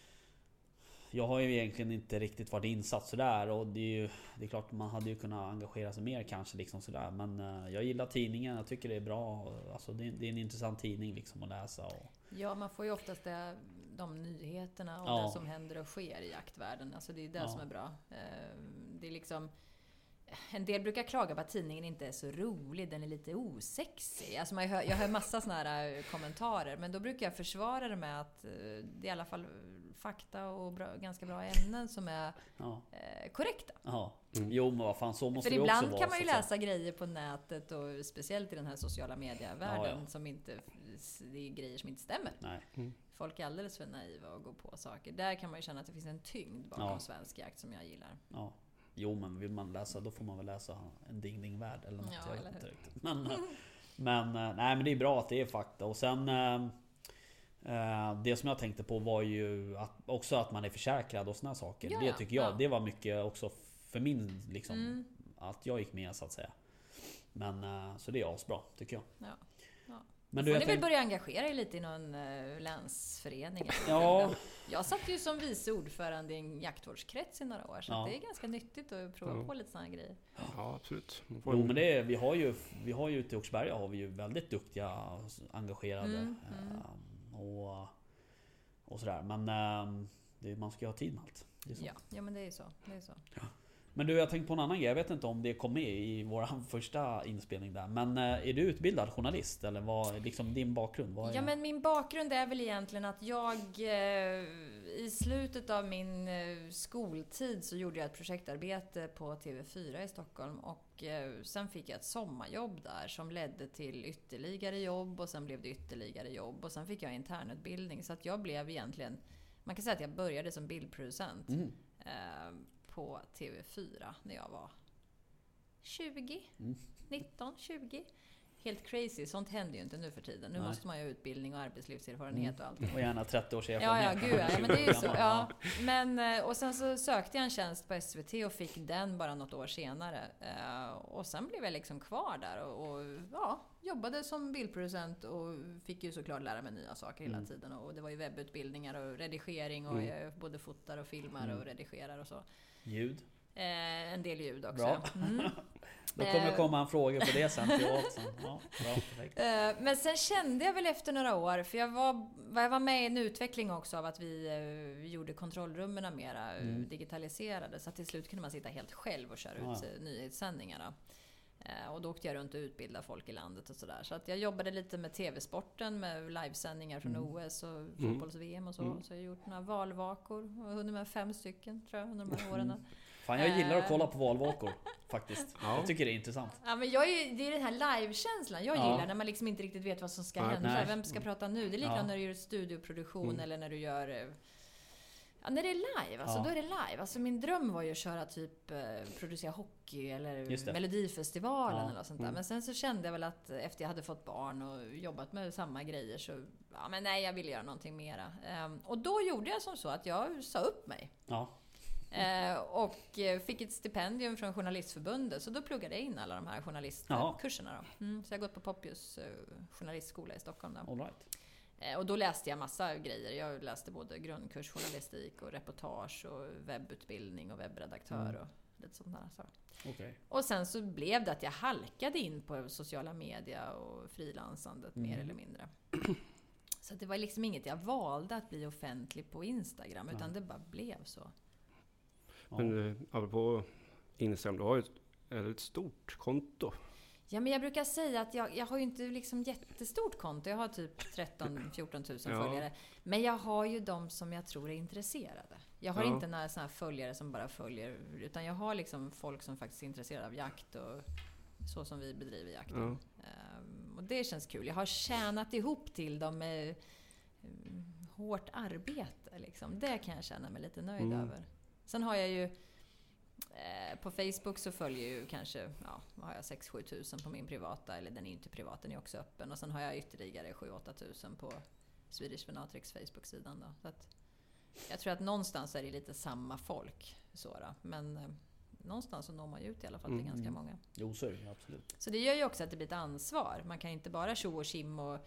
jag har ju egentligen inte riktigt varit insatt sådär och det är ju det är klart man hade ju kunnat engagera sig mer kanske liksom sådär men eh, jag gillar tidningen, jag tycker det är bra alltså det, det är en intressant tidning liksom att läsa och, Ja, man får ju oftast det, de nyheterna och Ja. det som händer och sker i jaktvärlden. Alltså det är det Ja. som är bra. Eh, Det är liksom... En del brukar klaga på att tidningen inte är så rolig, den är lite osexig. Alltså man hör, jag hör massa såna här eh, kommentarer, men då brukar jag försvara det med att eh, det är i alla fall fakta och bra, ganska bra ämnen som är ja, eh, korrekta. ja. Mm. Jo men vad fan så måste För det också ibland vara kan man ju så att läsa grejer på nätet och speciellt i den här sociala medievärlden Ja, ja. som inte, det är grejer som inte stämmer. säga. Nej. Folk är alldeles för naiva och går på saker. Där kan man ju känna att det finns en tyngd bakom Ja. svensk jakt som jag gillar. Ja. Jo men vill man läsa då får man väl läsa en Ding Ding Värld eller något. Ja, jag vet eller inte hur? riktigt. Men, eh, men, eh, nej, men det är bra att det är fakta. Och sen eh, eh, det som jag tänkte på var ju att, också att man är försäkrad och såna saker. Ja, det ja. tycker jag, Ja. det var mycket också för min liksom, Mm. att jag gick med så att säga. Men eh, så det är asbra tycker jag. Ja. Ja. Men Får du, ni jag väl tänkte, börja engagera er lite i någon uh, länsförening? eller Ja. något. Jag satt ju som vice ordförande i en jaktvårdskrets i några år. Så Ja. att det är ganska nyttigt att prova Ja. på lite såna här grejer. Ja, absolut. Man får jo en- men det är, vi har ju, vi har ju ute i Oxberga har vi ju väldigt duktiga engagerade Mm, mm. eh, och, och sådär. Men eh, det, man ska ju ha tid med allt. Det är så. Ja, ja, men det är så. Det är så. Men du, jag tänkte på en annan grej. Jag vet inte om det kom med i vår första inspelning där. Men eh, är du utbildad journalist? Eller vad är liksom din bakgrund? Vad är... Ja, men min bakgrund är väl egentligen att jag eh, i slutet av min eh, skoltid så gjorde jag ett projektarbete på T V fyra i Stockholm och eh, sen fick jag ett sommarjobb där som ledde till ytterligare jobb och sen blev det ytterligare jobb och sen fick jag internutbildning så att jag blev egentligen, man kan säga att jag började som bildproducent Mm. eh, på T V fyra när jag var tjugo, Mm. nitton, tjugo. Helt crazy, sånt händer ju inte nu för tiden. Nu Nej. måste man ju ha utbildning och arbetslivserfarenhet och allt. Och gärna trettio års Ja, erfarenhet. ja, gud ja. Ja, men det är ju så. Ja. Men, eh, och sen så sökte jag en tjänst på S V T och fick den bara något år senare. Eh, Och sen blev jag liksom kvar där och, och ja, jobbade som bildproducent och fick ju såklart lära mig nya saker hela Mm. tiden. Och det var ju webbutbildningar och redigering och Mm. jag både fotar och filmar Mm. och redigerar och så. Ljud. Eh, en del ljud också. Bra. Mm. Då kommer det komma en fråga på det sen till oss. Ja, bra, perfekt. Eh, Men sen kände jag väl efter några år, för jag var, jag var med i en utveckling också av att vi eh, gjorde kontrollrummen mera eh, Mm. digitaliserade. Så att till slut kunde man sitta helt själv och köra Ja. ut eh, nyhetssändningarna. Eh, Och då åkte jag runt och utbildade folk i landet och sådär. Så att jag jobbade lite med tv-sporten, med livesändningar från Mm. O S och fotbolls-V M och så. Mm. Så jag har gjort några valvakor och hunnit med fem stycken tror jag under de här åren. Fan, jag gillar att kolla på valvakor faktiskt. Ja. Jag tycker det är intressant. Ja, men jag är, det är den här livekänslan jag Ja. gillar, när man liksom inte riktigt vet vad som ska Nej. hända. Nej. Vem ska prata nu? Det är likadant Ja. när du gör studioproduktion Mm. eller när du gör... eh, Ja, när det är live, alltså Ja. då är det live. Alltså min dröm var ju att köra typ, eh, producera hockey Just eller det. Melodifestivalen Ja. eller något sånt där. Mm. Men sen så kände jag väl att efter jag hade fått barn och jobbat med samma grejer så, ja men nej, jag ville göra någonting mera. Ehm, och då gjorde jag som så att jag sa upp mig. Ja. Eh, och eh, fick ett stipendium från Journalistförbundet. Så då pluggade jag in alla de här journalistkurserna. Då. Mm, så jag har gått på Poppius eh, journalistskola i Stockholm. Då. All right. Eh, och då läste jag massa grejer. Jag läste både grundkurs, journalistik och reportage och webbutbildning och webbredaktör Mm. och lite sånt där. Så. Okej. Och sen så blev det att jag halkade in på sociala media och frilansandet Mm. mer eller mindre. Så att det var liksom inget jag valde att bli offentlig på Instagram, utan det bara blev så. Ja. Men eh, apropå Instagram, du har ju ett, ett stort konto. Ja, men jag brukar säga att jag, jag har ju inte liksom jättestort konto. Jag har typ tretton till fjorton tusen Ja. följare. Men jag har ju de som jag tror är intresserade. Jag har Ja. inte några såna här följare som bara följer. Utan jag har liksom folk som faktiskt är intresserade av jakt och så som vi bedriver jakten. Ja. Ehm, och det känns kul. Jag har tjänat ihop till dem med mm, hårt arbete. Liksom. Det kan jag känna mig lite nöjd Mm. över. Sen har jag ju Eh, på Facebook så följer ju kanske, ja, vad har jag, sex till sju tusen på min privata, eller den är ju inte privat, den är också öppen. Och sen har jag ytterligare sju till åtta tusen på Swedish Venatrix Facebook-sidan då. Så att jag tror att någonstans är det lite samma folk, så då. Men eh, någonstans så når man ju ut i alla fall till Mm. ganska många. Jo, så är det absolut. Så det gör ju också att det blir ett ansvar. Man kan inte bara tjo och tjim och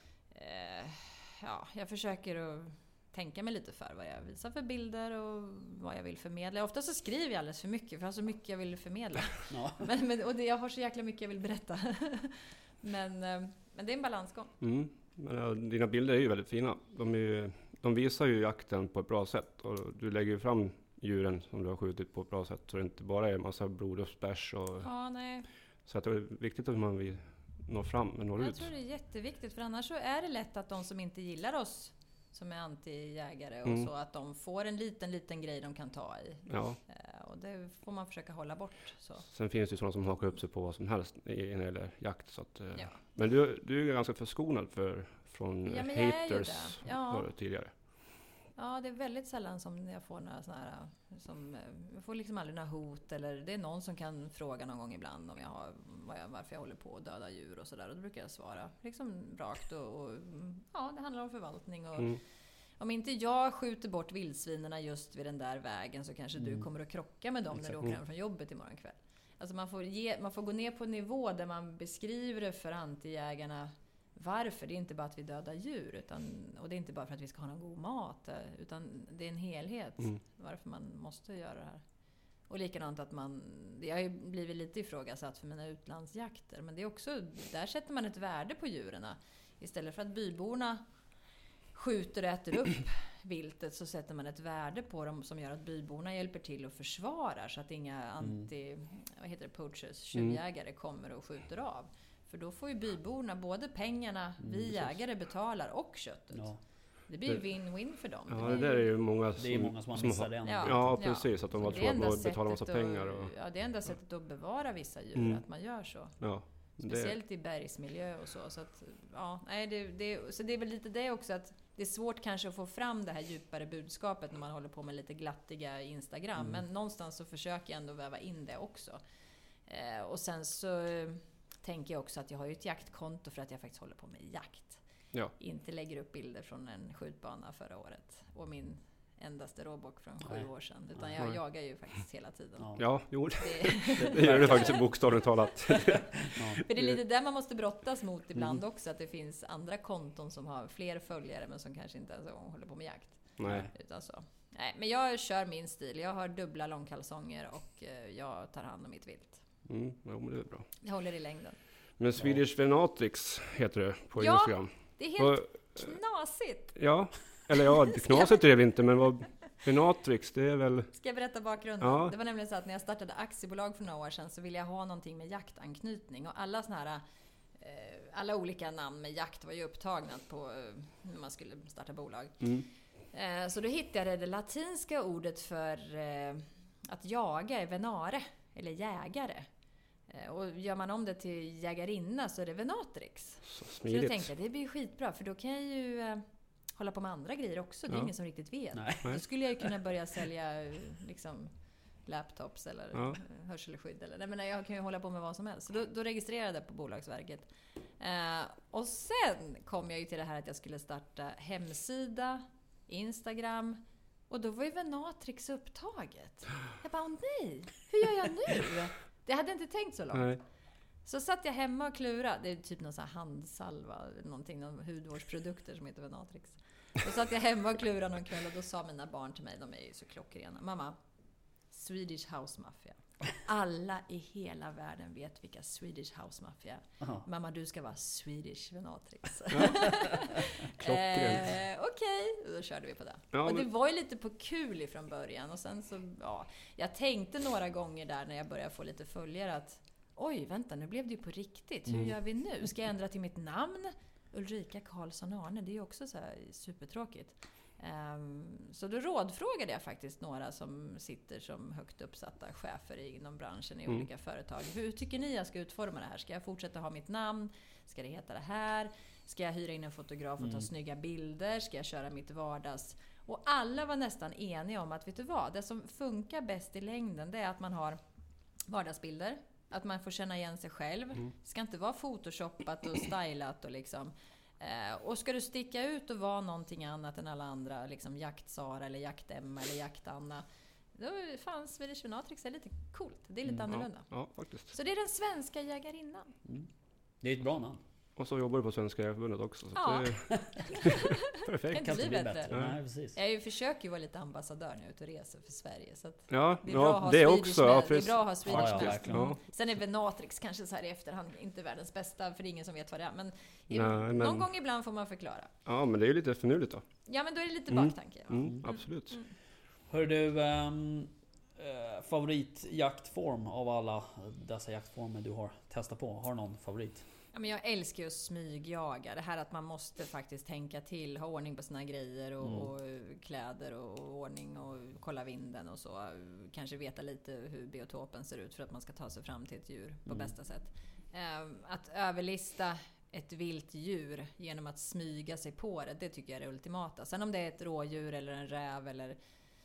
eh, ja, jag försöker att tänka mig lite för vad jag visar för bilder och vad jag vill förmedla. Ofta så skriver jag alldeles för mycket, för jag har så mycket jag vill förmedla. Ja. Men, men, och det, jag har så jäkla mycket jag vill berätta. men, eh, men det är en balansgång. Mm. Men, ja, dina bilder är ju väldigt fina. De, är ju, de visar ju jakten på ett bra sätt. Och du lägger ju fram djuren som du har skjutit på ett bra sätt. Så det inte bara är en massa blod och splash. Och, Ja, nej. så att det är viktigt att man vill nå fram och når Jag ut. tror det är jätteviktigt, för annars så är det lätt att de som inte gillar oss, som är anti-jägare och Mm. så, att de får en liten, liten grej de kan ta i. Ja. Eh, Och det får man försöka hålla bort. Så. Sen finns det ju sådana som hakar upp sig på vad som helst i- när det gäller jakt. Så att, eh, Ja. Men du, du är ganska förskonad för, från Ja, men jag är ju haters det. Ja. var det tidigare. Ja, det är väldigt sällan som jag får några sådana här, som, eh, jag får liksom aldrig några hot, eller det är någon som kan fråga någon gång ibland om jag har, vad jag, varför jag håller på att döda djur och sådär. Och då brukar jag svara liksom rakt och, och ja, det handlar om förvaltning och Mm. om inte jag skjuter bort vildsvinerna just vid den där vägen så kanske Mm. du kommer att krocka med dem när du Exakt. åker hem från jobbet imorgon kväll. Alltså man får, ge, man får gå ner på en nivå där man beskriver det för antijägarna varför. Det är inte bara att vi dödar djur, utan, och det är inte bara för att vi ska ha någon god mat, eh, utan det är en helhet Mm. varför man måste göra det här. Och likadant att man, jag har ju blivit lite ifrågasatt för mina utlandsjakter, men det är också, där sätter man ett värde på djuren. Istället för att byborna skjuter och äter upp viltet, så sätter man ett värde på dem som gör att byborna hjälper till och försvarar, så att inga anti, vad heter det, poachers, tjuvjägare kommer och skjuter av. För då får ju byborna både pengarna vi precis. jägare betalar och köttet. Ja. Det blir ju win-win för dem. Ja, blir det där är ju många Det är som, många som har som missat har- den. Ja. Ja, precis. Att de Så var det är tvungna enda att betala massa sättet pengar. att, Och, ja, det är enda sättet att bevara vissa djur, Mm. att man gör så. ja, det, Speciellt i bergsmiljö och så. Så, att, ja, nej, det, det, så det är väl lite det också, att det är svårt kanske att få fram det här djupare budskapet när man håller på med lite glattiga Instagram. Mm. Men någonstans så försöker jag ändå väva in det också. Eh, och sen så eh, tänker jag också att jag har ju ett jaktkonto för att jag faktiskt håller på med jakt. Ja. Inte lägger upp bilder från en skjutbana förra året. Och min endaste råbock från sju Nej. år sedan. Utan Nej. jag jagar ju faktiskt hela tiden. Ja. Ja, jo, Det, det gör det faktiskt bokstavligt talat. Ja. för det är lite där man måste brottas mot ibland Mm. också. Att det finns andra konton som har fler följare men som kanske inte ens håller på med jakt. Nej. Utan så. Nej, men jag kör min stil. Jag har dubbla långkalsonger och eh, jag tar hand om mitt vilt. Mm, ja, men det är bra. Jag håller i längden. Men Swedish Venatrix heter det på Ja. Instagram. Det är helt Och, knasigt. ja, eller ja, knasigt är det väl inte, men vad Venatrix, det är väl... Ska jag berätta bakgrunden? Ja. Det var nämligen så att när jag startade aktiebolag för några år sedan så ville jag ha någonting med jaktanknytning. Och alla såna här, eh, alla olika namn med jakt var ju upptagna på eh, när man skulle starta bolag. Mm. Eh, så då hittade jag det latinska ordet för eh, att jaga är venare, eller jägare. Eh, och gör man om det till jägarinna så är det venatrix. Så Så jag smidigt. tänkte att det blir ju skitbra för då kan jag ju eh, hålla på med andra grejer också. Det är Ja. ingen som riktigt vet. Nej. Då skulle jag ju kunna börja sälja eh, liksom laptops eller Ja. eh, hörselskydd. Eller, nej, men jag kan ju hålla på med vad som helst. Så då, då registrerade jag på Bolagsverket. Eh, och sen kom jag ju till det här att jag skulle starta hemsida, Instagram. Och då var ju Venatrix upptaget. Jag bara, åh nej, hur gör jag nu? Det hade inte tänkt så långt. Nej. Så satt jag hemma och klurade. Det är typ någon sån här handsalva, någonting, någon hudvårdsprodukter som heter Venatrix. Då satt jag hemma och klurade någon kväll och då sa mina barn till mig, de är ju så klockrena. Mamma, Swedish House Mafia. Alla i hela världen vet vilka Swedish House Mafia är. Aha. Mamma, du ska vara Swedish Venatrix. Klockrent. eh, Okej, okay. Då körde vi på det. Ja, och det men- var ju lite på kul ifrån början. Och sen så, ja, jag tänkte några gånger där när jag började få lite följare att oj, vänta, nu blev det ju på riktigt. Hur Mm. gör vi nu? Ska jag ändra till mitt namn? Ulrika Karlsson Arne, det är ju också så här supertråkigt. Um, så då rådfrågade jag faktiskt några som sitter som högt uppsatta chefer inom branschen i Mm. olika företag. Hur tycker ni jag ska utforma det här? Ska jag fortsätta ha mitt namn? Ska det heta det här? Ska jag hyra in en fotograf och ta Mm. snygga bilder? Ska jag köra mitt vardags? Och alla var nästan eniga om att, vet du vad? Det som funkar bäst i längden, det är att man har vardagsbilder. Att man får känna igen sig själv. Mm. Det ska inte vara photoshoppat och stylat och liksom. Eh, och ska du sticka ut och vara någonting annat än alla andra, liksom jakt-Sara eller jakt-Emma eller jakt-Anna, då fanns Swedish Venatrix är lite coolt. Det är lite Mm, annorlunda. Ja, ja, faktiskt. Så det är den svenska jägarinnan. Mm. Det är ett bra namn. Och så jobbar du på Svenska Jägareförbundet också. Så Ja. det är perfekt. Kan Kan bli inte bli bättre. bättre. Nej. Nej, precis. Jag är ju- försöker ju vara lite ambassadör när jag är ute och reser för Sverige. Så att Ja, det är bra att ja ha det Swedish också. med. Ja, Det är precis. bra att ha Swedish Ja, ja, med. verkligen. Ja. Sen är Venatrix kanske så här i efterhand inte världens bästa, för det är ingen som vet vad det är. Men, Nej, någon men- gång ibland får man förklara. Ja, men det är ju lite finurligt då. Ja, men då är det lite Mm. baktanke. Ja. Mm, absolut. Mm. Hör du, um, uh, favoritjaktform av alla dessa jaktformer du har testat på? Har du någon favorit? Ja, men jag älskar ju att smygjaga. Det här att man måste faktiskt tänka till, ha ordning på sina grejer och, Mm. och kläder och, och ordning och kolla vinden och så. Kanske veta lite hur biotopen ser ut för att man ska ta sig fram till ett djur på Mm. bästa sätt. Ehm, att överlista ett vilt djur genom att smyga sig på det, det tycker jag är det ultimata. Sen om det är ett rådjur eller en räv eller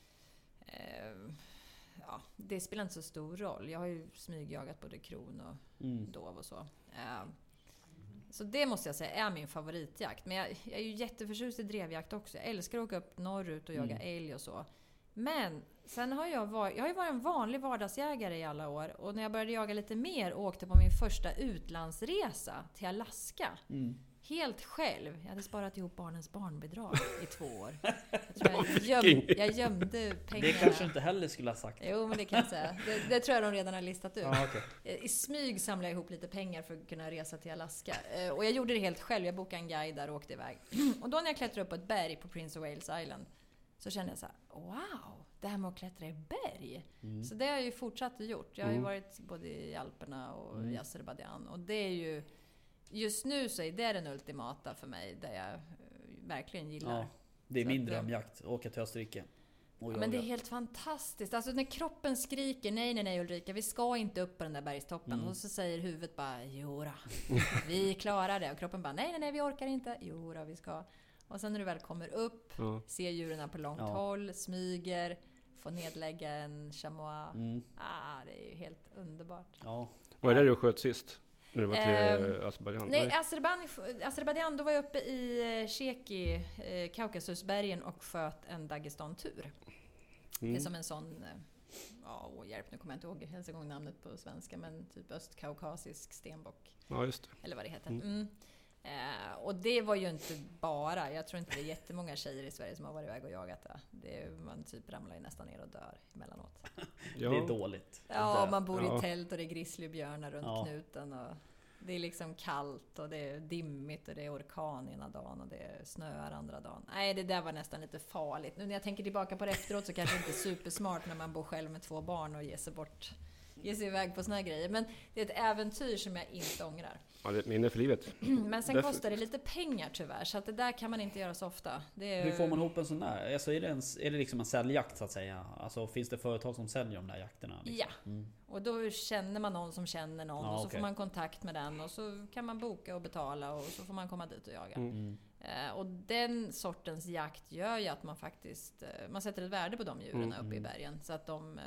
ehm, ja, det spelar inte så stor roll. Jag har ju smygjagat både kron och Mm. dov och så. Ehm, Så det måste jag säga är min favoritjakt. Men jag, jag är ju jätteförtjust i drevjakt också. Jag älskar att åka upp norrut och jaga Mm. älg och så. Men sen har jag varit, jag har ju varit en vanlig vardagsjägare i alla år. Och när jag började jaga lite mer och åkte på min första utlandsresa till Alaska. Mm. Helt själv. Jag hade sparat ihop barnens barnbidrag i två år. Jag, tror jag, göm, jag gömde pengarna. Det kanske inte heller skulle ha sagt. Jo, men det kan jag säga. Det, det tror jag de redan har listat ut. Ja, okej. I smyg samlade jag ihop lite pengar för att kunna resa till Alaska. Eh, Och jag gjorde det helt själv. Jag bokade en guide där och åkte iväg. Och då när jag klättrade upp på ett berg på Prince of Wales Island så kände jag så här: wow, det här med att klättra i berg. Mm. Så det har jag ju fortsatt gjort. Jag har ju Mm. varit både i Alperna och Mm. i Azerbaijan. Och det är ju, just nu så är det den ultimata för mig, där jag eh, verkligen gillar. Ja, det är Så min att, eh, drömjakt. Åka till Österrike. Och Ja, men det är jaga. helt fantastiskt. Alltså när kroppen skriker nej, nej, nej Ulrika, vi ska inte upp på den där bergstoppen. Mm. Och så säger huvudet bara jodå, vi klarar det. Och kroppen bara nej, nej, nej, vi orkar inte. Jodå, vi ska. Och sen när du väl kommer upp, Ja. ser djuren på långt Ja. håll, smyger, få nedlägga en chamois. Mm. Ah, det är ju helt underbart. Ja. Vad är det du sköt sist? När du var till Ehm, Azerbajdzjan? Nej, Azerbajdzjan, Azerbajdzjan, då var jag uppe i eh, Sheki, eh, Kaukasusbergen och sköt en Dagestan-tur. Mm. Det är som en sån, eh, ja, åh, hjälp, nu kommer jag inte ihåg ens en gång namnet på svenska, men typ östkaukasisk stenbock. Ja, just det. Eller vad det heter. Mm. Mm. Eh, och det var ju inte bara, jag tror inte det är jättemånga tjejer i Sverige som har varit iväg och jagat det. det man typ ramlar ju nästan ner och dör emellanåt. Ja. Det är dåligt. Ja, man bor Ja. i tält och det är grizzlybjörnar runt Ja. knuten. Och det är liksom kallt och det är dimmigt och det är orkan ena dagen och det är snöar andra dagen. Nej, det där var nästan lite farligt. Nu när jag tänker tillbaka på det efteråt så kanske det inte är supersmart när man bor själv med två barn och ger sig bort, ger sig iväg på såna här grejer. Men det är ett äventyr som jag inte ångrar. Ja, det är ett minne för livet. Men sen Definitivt. kostar det lite pengar tyvärr, så att det där kan man inte göra så ofta. Det är, Hur får man ihop en sån där? Alltså är, det en, är det liksom en säljjakt så att säga? Alltså finns det företag som säljer de där jakterna? Liksom? Ja, Mm. och då känner man någon som känner någon Ja, och så okej. får man kontakt med den och så kan man boka och betala och så får man komma dit och jaga. Mm. Mm. Eh, och den sortens jakt gör ju att man faktiskt eh, man sätter ett värde på de djuren Mm. uppe i bergen så att de eh,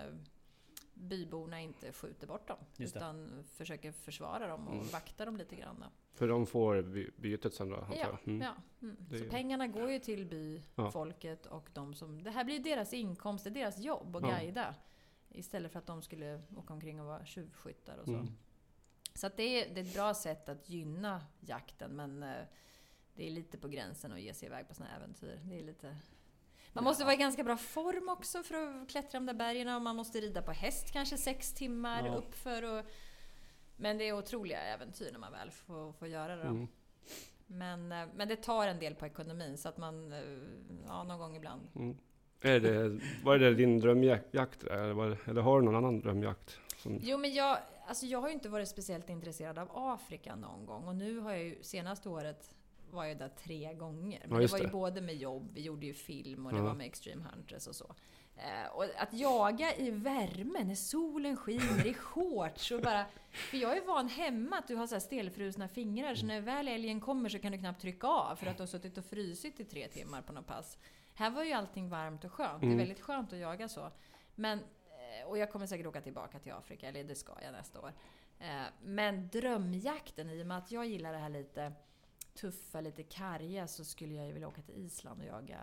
byborna inte skjuter bort dem Just det. utan försöker försvara dem och Mm. vakta dem lite grann. Då. För de får by- bytet sen då, antar Ja, jag. Mm. ja. Mm. Det Så är- pengarna går ju till Ja. byfolket och de som... Det här blir ju deras inkomst, det är deras jobb att Ja. guida. Istället för att de skulle åka omkring och vara tjuvskyttar och så. Mm. Så att det, är, det är ett bra sätt att gynna jakten, men eh, det är lite på gränsen att ge sig iväg på såna här äventyr. Det är lite... Man måste Ja. vara i ganska bra form också för att klättra de där bergen och man måste rida på häst kanske sex timmar Ja. uppför. Och... Men det är otroliga äventyr när man väl får, får göra det. Då. Mm. Men, eh, men det tar en del på ekonomin så att man, eh, ja, någon gång ibland. Mm. Är det, vad är det din drömjakt? Eller, vad, eller har du någon annan drömjakt? Som, Jo, men jag, alltså jag har ju inte varit speciellt intresserad av Afrika någon gång. Och nu har jag ju, senaste året var jag där tre gånger. Men Ja, det just var ju det. både med jobb, vi gjorde ju film och det Ja. var med Extreme Hunters och så. Eh, och att jaga i värmen när solen skiner i shorts och bara... För jag är van hemma att du har så här stelfrusna fingrar så när väl älgen kommer så kan du knappt trycka av för att du har suttit och frysit i tre timmar på något pass. Här var ju allting varmt och skönt. Det Mm. är väldigt skönt att jaga så. Men, eh, och jag kommer säkert åka tillbaka till Afrika, eller det ska jag nästa år. Eh, Men drömjakten, i och med att jag gillar det här lite tuffa, lite karga, så skulle jag ju vilja åka till Island och jaga,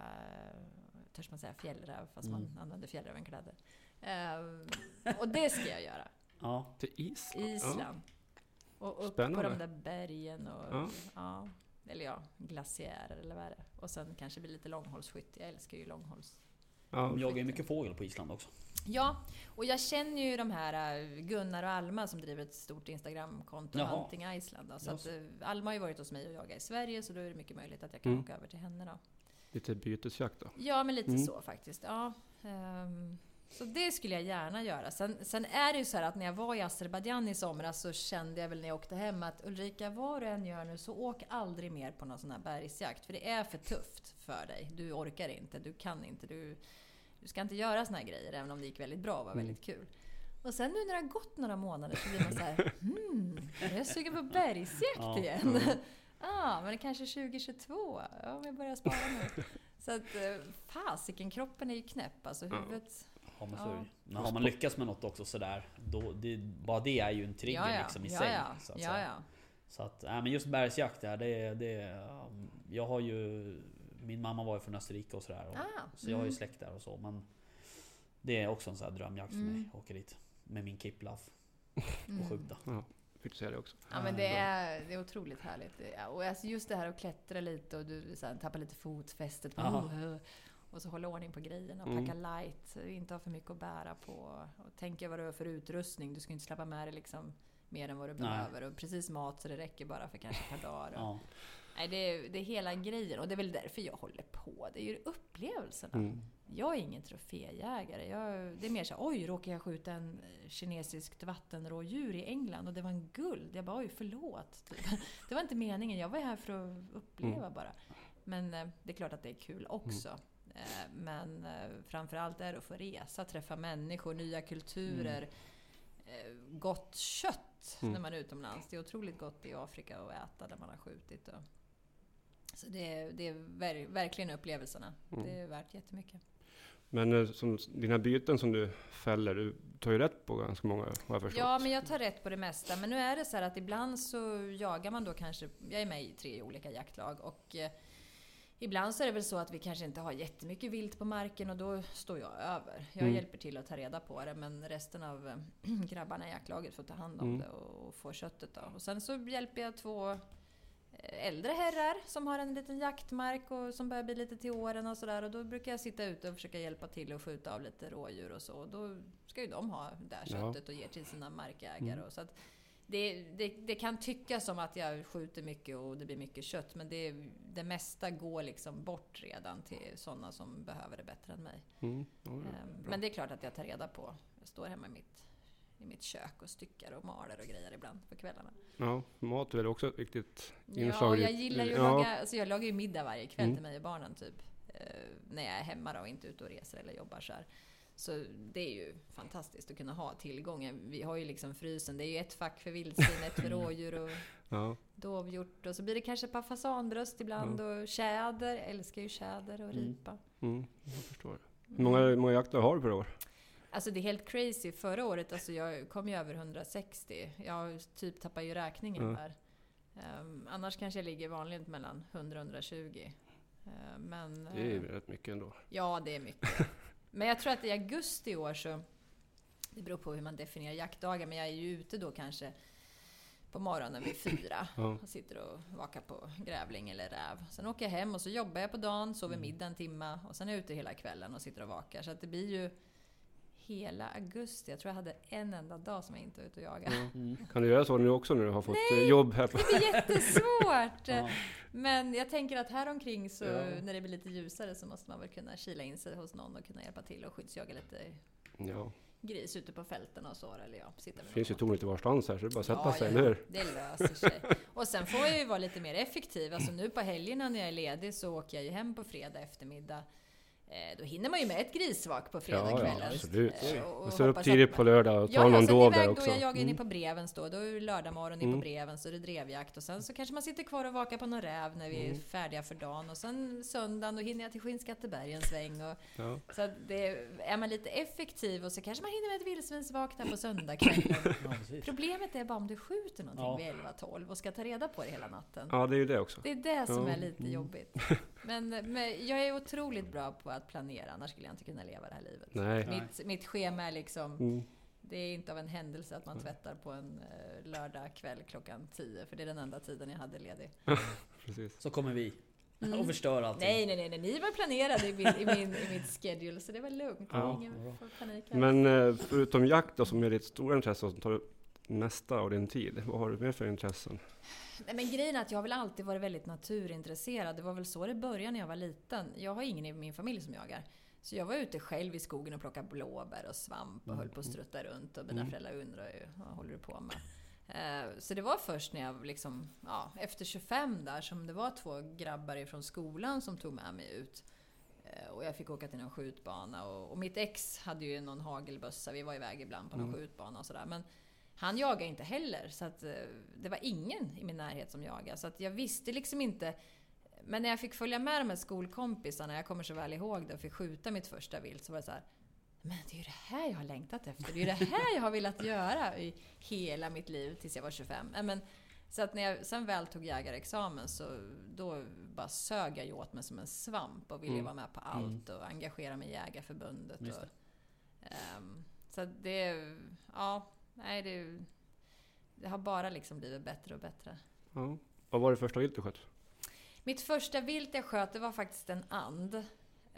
törs man säga, fjällräv, fast man Mm. använder fjällrävenkläder. Eh, och det ska jag göra. Ja. till Island? Island. Och upp Spännande. på de där bergen och Ja. ja. Eller ja, glaciärer eller vad är det? Och sen kanske bli lite långhållsskytt. Jag älskar ju långhålls. Ja. De jagar ju mycket fågel på Island också. Ja, och jag känner ju de här äh, Gunnar och Alma som driver ett stort Instagramkonto, Jaha. Hunting Iceland. Då. Så Just. att, äh, Alma har ju varit hos mig och jagat i Sverige, så då är det mycket möjligt att jag kan Mm. åka över till henne då. Lite bytesjakt då? Ja, men lite Mm. så faktiskt. Ja, ehm, så det skulle jag gärna göra. Sen, sen är det ju så här att när jag var i Azerbajdzjan i somras så kände jag väl när jag åkte hem att Ulrika, vad du än gör nu så åk aldrig mer på någon sån här bergsjakt. För det är för tufft för dig. Du orkar inte, du kan inte, du, du ska inte göra såna här grejer även om det gick väldigt bra och var Mm. väldigt kul. Och sen nu när det har gått några månader så blir man så här, hmm, jag är sugen på bergsjakt Ja. igen. Ah, men det kanske är tjugo tjugotvå. Ja, om jag börjar spara nu. Så att, eh, fasiken, kroppen är ju knäpp. Alltså Ja. huvudet... Ja, men så Ja. är det ju. Men har man lyckats med något också sådär, då, det, bara det är ju en trigger ja, ja. liksom i ja, sig. ja. Så att ja, säga. ja. Så att, äh, men just bergsjakt där, det, det, um, jag har ju, min mamma var ju från Österrike och sådär. Och, Ah, så jag har ju mm. släkt där och så. Men det är också en sån här drömjakt för mig. Mm. Åka dit med min kipplaff Mm. och skjuta. Ja, fick du säga det också. Ja, men det är, det är otroligt härligt. Ja, och alltså just det här att klättra lite och du så här, tappar lite fotfästet. På, Aha. och så hålla ordning på grejerna och Mm. packa light. Inte ha för mycket att bära på. Och tänka vad du har för utrustning. Du ska inte släppa med dig liksom mer än vad du Nej. behöver. Och precis mat så det räcker bara för kanske ett par dagar. Och, Ja. nej, det, är, det är hela grejen. Och det är väl därför jag håller på. Det är ju upplevelserna. Mm. Jag är ingen troféjägare. Jag, det är mer så här, oj, råkar jag skjuta en kinesiskt vattenrådjur i England och det var en guld. Jag bara, oj, förlåt. Typ. Det var inte meningen. Jag var här för att uppleva Mm. bara. Men eh, det är klart att det är kul också. Eh, men eh, framförallt är det att få resa, träffa människor, nya kulturer. Eh, gott kött Mm. när man är utomlands. Det är otroligt gott i Afrika att äta där man har skjutit. Och, så det är, det är ver, verkligen upplevelserna. Mm. Det är värt jättemycket. Men eh, som dina byten som du fäller, du tar ju rätt på ganska många, har jag förstått. Ja, men jag tar rätt på det mesta. Men nu är det så här att ibland så jagar man då kanske, jag är med i tre olika jaktlag och eh, ibland så är det väl så att vi kanske inte har jättemycket vilt på marken och då står jag över. Jag mm. hjälper till att ta reda på det, men resten av äh, grabbarna i jaktlaget får ta hand om mm. det och, och få köttet då. Och sen så hjälper jag två äldre herrar som har en liten jaktmark och som börjar bli lite till åren och sådär. Och då brukar jag sitta ute och försöka hjälpa till och skjuta av lite rådjur och så. Och då ska ju de ha det här köttet ja. och ge till sina markägare. Mm. Och så att det, det, det kan tyckas som att jag skjuter mycket och det blir mycket kött. Men det, det mesta går liksom bort redan till sådana som behöver det bättre än mig. Mm. Ja, um, men det är klart att jag tar reda på. Jag står hemma i mitt, i mitt kök och styckar och maler och grejer ibland på kvällarna. Ja, mat är väl också ett viktigt inslag. Ja, jag gillar ju att ja. laga, alltså jag lagar ju middag varje kväll mm. till mig och barnen typ. Eh, när jag är hemma då och inte ute och reser eller jobbar så här. Så det är ju fantastiskt att kunna ha tillgången. Vi har ju liksom frysen. Det är ju ett fack för vildsvin, ett för rådjur och ja. dovhjort. Och så blir det kanske ett par fasanbröst ibland. Ja. Och tjäder. Jag älskar ju tjäder och ripa. Mm. Mm, jag förstår. Hur många, mm. många jakter har du per år? Alltså det är helt crazy. Förra året, alltså jag kom ju över hundrasextio. Jag typ tappar ju räkningen ja. där. Um, annars kanske jag ligger vanligt mellan hundra och hundratjugo. Uh, men, det är ju uh, rätt mycket ändå. Ja, det är mycket. Men jag tror att i augusti i år så, det beror på hur man definierar jaktdagar, men jag är ju ute då kanske på morgonen vid fyra ja. och sitter och vakar på grävling eller räv. Sen åker jag hem och så jobbar jag på dagen, sover middag en timme och sen är jag ute hela kvällen och sitter och vakar. Så att det blir ju hela augusti. Jag tror jag hade en enda dag som jag inte var ute och jagade. Mm. Kan du göra så nu också när du har fått Nej, jobb här? På... det blir jättesvårt. ja. Men jag tänker att här omkring så ja. när det blir lite ljusare så måste man väl kunna kila in sig hos någon och kunna hjälpa till och skyddsjaga lite ja. gris ute på fälten och så. Eller ja, sitta det finns ju torn lite varstans här så det är bara att sätta ja, sig, ja, eller hur? Det löser sig. Och sen får jag ju vara lite mer effektiv. Alltså nu på helgerna när jag är ledig så åker jag ju hem på fredag eftermiddag. Då hinner man ju med ett grisvak på fredagskvällen. Ja, ja, absolut. Och, och jag står upp tidigt på lördag och tar ja, någon dov där också. Då jag jagar in på breven då. Då är det lördag morgon in på breven så är det drevjakt. Och sen så kanske man sitter kvar och vakar på någon räv när vi är mm. färdiga för dagen. Och sen söndagen då hinner jag till Skinnskatteberg en sväng. Och, ja. Så att det, är man lite effektiv och så kanske man hinner med ett vildsvinsvak där på söndagskvällen. Ja, problemet är bara om du skjuter någonting ja. vid elva tolv och ska ta reda på det hela natten. Ja, det är ju det också. Det är det som ja. är lite mm. jobbigt. Men, men jag är otroligt bra på att planera, annars skulle jag inte kunna leva det här livet. Nej. Mitt, mitt schema är liksom, mm. det är inte av en händelse att man tvättar på en uh, lördag kväll klockan tio, för det är den enda tiden jag hade ledig. Precis. Så kommer vi mm. och förstör allting. Nej, nej, nej, nej, ni var planerade i, min, i, min, i mitt schedule, så det var lugnt. Ja. Ingen får panik här. Men uh, förutom jakt då, som är ditt stora intresse och som tar mesta av din tid, vad har du mer för intressen? Nej, men grejen är att jag har väl alltid varit väldigt naturintresserad. Det var väl så det började när jag var liten. Jag har ingen i min familj som jagar. Så jag var ute själv i skogen och plockade blåbär och svamp och mm. höll på att strutta runt. Och mina mm. föräldrar undrar ju, vad håller du på med? Uh, så det var först när jag liksom, ja, efter tjugofem där som det var två grabbar från skolan som tog med mig ut. Uh, och jag fick åka till någon skjutbana. Och, och mitt ex hade ju någon hagelbössa. Vi var iväg ibland på någon mm. skjutbana och sådär. Men han jagade inte heller, så att, uh, det var ingen i min närhet som jagade. Så att jag visste liksom inte. Men när jag fick följa med de här skolkompisarna, jag kommer så väl ihåg det, och fick skjuta mitt första vilt, så var det så här: men det är ju det här jag har längtat efter. Det är ju det här jag har velat göra i hela mitt liv tills jag var tjugofem. Men, så att när jag sen väl tog jägarexamen så då bara sög jag ju åt mig som en svamp och ville mm. vara med på allt och engagera mig i Jägarförbundet. Och, um, så det, ja, nej det, det har bara liksom blivit bättre och bättre. Ja. Vad var det första vilt du sköt? Mitt första vilt jag sköt, det var faktiskt en and eh,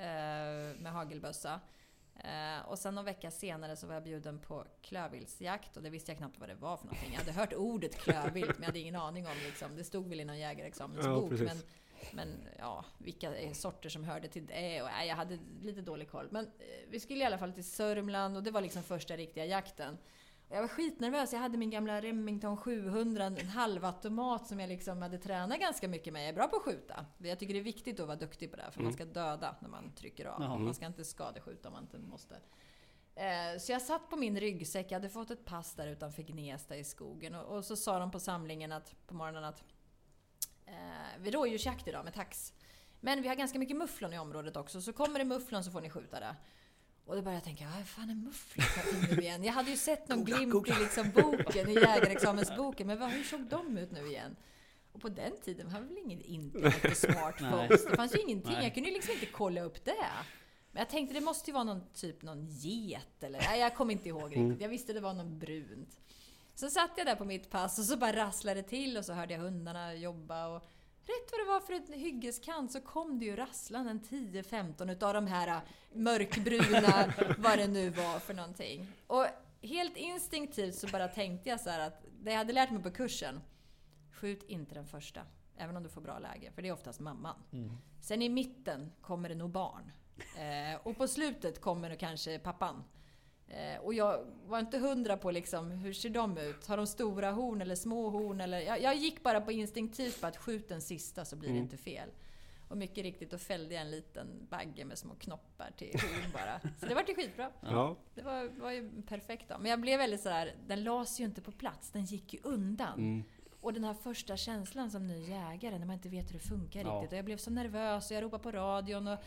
med hagelbössa. Eh, och sen någon vecka senare så var jag bjuden på klövviltsjakt, och det visste jag knappt vad det var för någonting. Jag hade hört ordet klövvilt, men jag hade ingen aning om liksom. Det stod väl i någon jägarexamensbok, ja, men, men ja, vilka sorter som hörde till det, och nej, jag hade lite dålig koll. Men eh, vi skulle i alla fall till Sörmland, och det var liksom första riktiga jakten. Jag var skitnervös. Jag hade min gamla Remington sjuhundra, en halvautomat som jag liksom hade tränat ganska mycket med. Jag är bra på att skjuta. Jag tycker det är viktigt att vara duktig på det här, för mm. man ska döda när man trycker av. Mm. Man ska inte skadeskjuta om man inte måste. Eh, så jag satt på min ryggsäck. Jag hade fått ett pass där utanför Gnesta i skogen. Och, och så sa de på samlingen att, på morgonen att eh, vi rådjursjakt idag med tax. Men vi har ganska mycket mufflon i området också. Så kommer det mufflon så får ni skjuta det. Och då började jag tänka, vad fan är mufflon nu igen? Jag hade ju sett någon glimt i liksom boken, i jägarexamensboken, men vad, hur såg de ut nu igen? Och på den tiden var det väl ingen internet och smartphones. Det fanns ju ingenting, Nej. Jag kunde ju liksom inte kolla upp det. Men jag tänkte det måste ju vara någon typ någon get eller, nej, jag kommer inte ihåg riktigt. Mm. Jag visste det var någon brunt. Så satt jag där på mitt pass och så bara rasslade det till och så hörde jag hundarna jobba och rätt vad det var för en hyggeskant så kom det ju rasslan en tio femton utav de här mörkbruna, vad det nu var för någonting. Och helt instinktivt så bara tänkte jag så här att det jag hade lärt mig på kursen, skjut inte den första, även om du får bra läge, för det är oftast mamman. Mm. Sen i mitten kommer det nog barn. Eh, och på slutet kommer det kanske pappan. Eh, och jag var inte hundra på liksom, hur ser de ut? Har de stora horn eller små horn? Eller, jag, jag gick bara på instinktivt på att skjut den sista så blir det mm. inte fel. Och mycket riktigt, då fällde jag en liten bagge med små knoppar till horn bara. Så det var ju skitbra. Ja. Det var, var ju perfekt då. Men jag blev väldigt så här, den lades ju inte på plats, den gick ju undan. Mm. Och den här första känslan som ny jägare, när man inte vet hur det funkar ja. riktigt. Och jag blev så nervös och jag ropade på radion och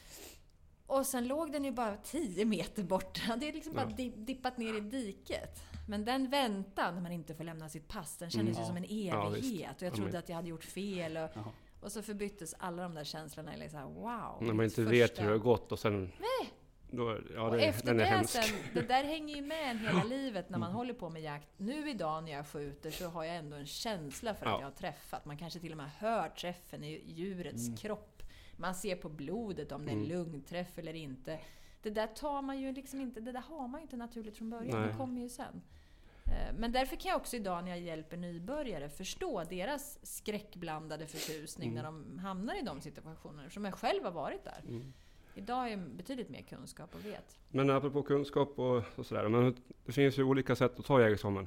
Och sen låg den ju bara tio meter bort. Det är liksom ja. bara dippat ner i diket. Men den väntan när man inte får lämna sitt pass, den kändes mm. ju som en evighet. Ja, och jag trodde att jag hade gjort fel. Och, och så förbyttes alla de där känslorna i liksom, wow. När man inte första... vet hur det har gått och sen... Nej. Då, ja, och det, efter den är det hemsk. sen, det där hänger ju med en hela livet när man mm. håller på med jakt. Nu idag när jag skjuter så har jag ändå en känsla för att ja. jag har träffat. Man kanske till och med hör träffen i djurets mm. kropp. Man ser på blodet om det är en lungträff eller inte. Det där tar man ju liksom inte, det där har man ju inte naturligt från början. Nej. Det kommer ju sen. Men därför kan jag också idag när jag hjälper nybörjare förstå deras skräckblandade förtjusning mm. när de hamnar i de situationerna. Som jag själv har varit där. Mm. Idag är jag betydligt mer kunskap och vet. Men apropå kunskap och, och sådär. Men det finns ju olika sätt att ta jägarexamen.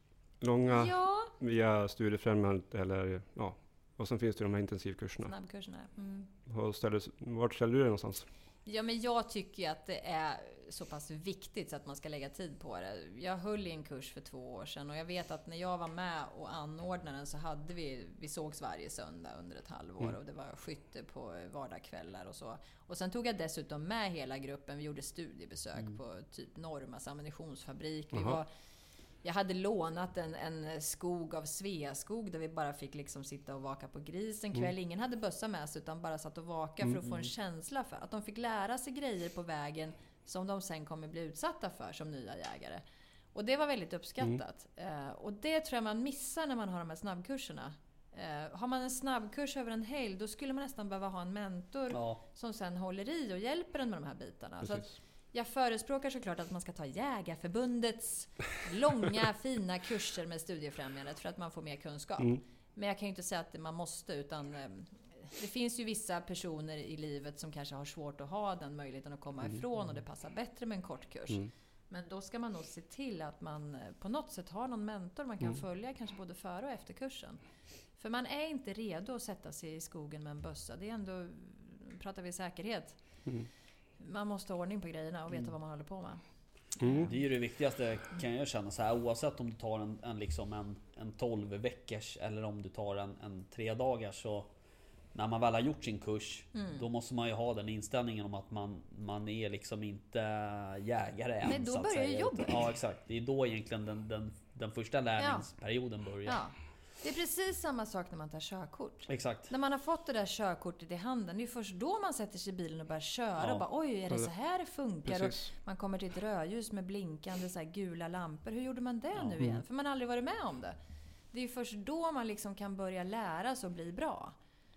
Långa ja. via studiefrämjandet eller ja. Och sen finns det de här intensivkurserna. Snabbkurserna. Mm. Ställer, vart ställer du dig någonstans? Ja, men jag tycker att det är så pass viktigt så att man ska lägga tid på det. Jag höll i en kurs för två år sedan och jag vet att när jag var med och anordnade den så hade vi, vi sågs varje söndag under ett halvår mm. och det var skytte på vardagskvällar och så. Och sen tog jag dessutom med hela gruppen, vi gjorde studiebesök mm. på typ Normas ammunitionsfabrik. Vi var... Jag hade lånat en, en skog av Sveaskog där vi bara fick liksom sitta och vaka på gris en kväll. Mm. Ingen hade bössa med sig utan bara satt och vaka mm. för att få en känsla för att de fick lära sig grejer på vägen som de sen kommer bli utsatta för som nya jägare. Och det var väldigt uppskattat. Mm. Uh, och det tror jag man missar när man har de här snabbkurserna. Uh, har man en snabbkurs över en helg då skulle man nästan behöva ha en mentor ja. som sen håller i och hjälper en med de här bitarna. Så att, jag förespråkar såklart att man ska ta Jägarförbundets långa fina kurser med studiefrämjandet för att man får mer kunskap. Mm. Men jag kan ju inte säga att man måste utan eh, det finns ju vissa personer i livet som kanske har svårt att ha den möjligheten att komma mm. ifrån och det passar bättre med en kort kurs. Mm. Men då ska man nog se till att man på något sätt har någon mentor man kan mm. följa kanske både före och efter kursen. För man är inte redo att sätta sig i skogen med en bössa. Det är ändå, pratar vi säkerhet. Mm. Man måste ha ordning på grejerna och veta mm. vad man håller på med. Mm. Det är ju det viktigaste kan jag känna så här, oavsett om du tar en, en, liksom en, en tolv veckors eller om du tar en, en tre dagars så när man väl har gjort sin kurs mm. då måste man ju ha den inställningen om att man, man är liksom inte jägare än. Nej, då börjar ju jobbet. Ja, exakt. Det är då egentligen den, den, den första lärningsperioden ja. börjar. Ja. Det är precis samma sak när man tar körkort. Exakt. När man har fått det där körkortet i handen, det är först då man sätter sig i bilen och börjar köra. Ja. Och bara, oj, är det så här det funkar? Och man kommer till ett rödljus med blinkande så här gula lampor. Hur gjorde man det ja. nu igen? För man har aldrig varit med om det. Det är först då man liksom kan börja lära sig och bli bra.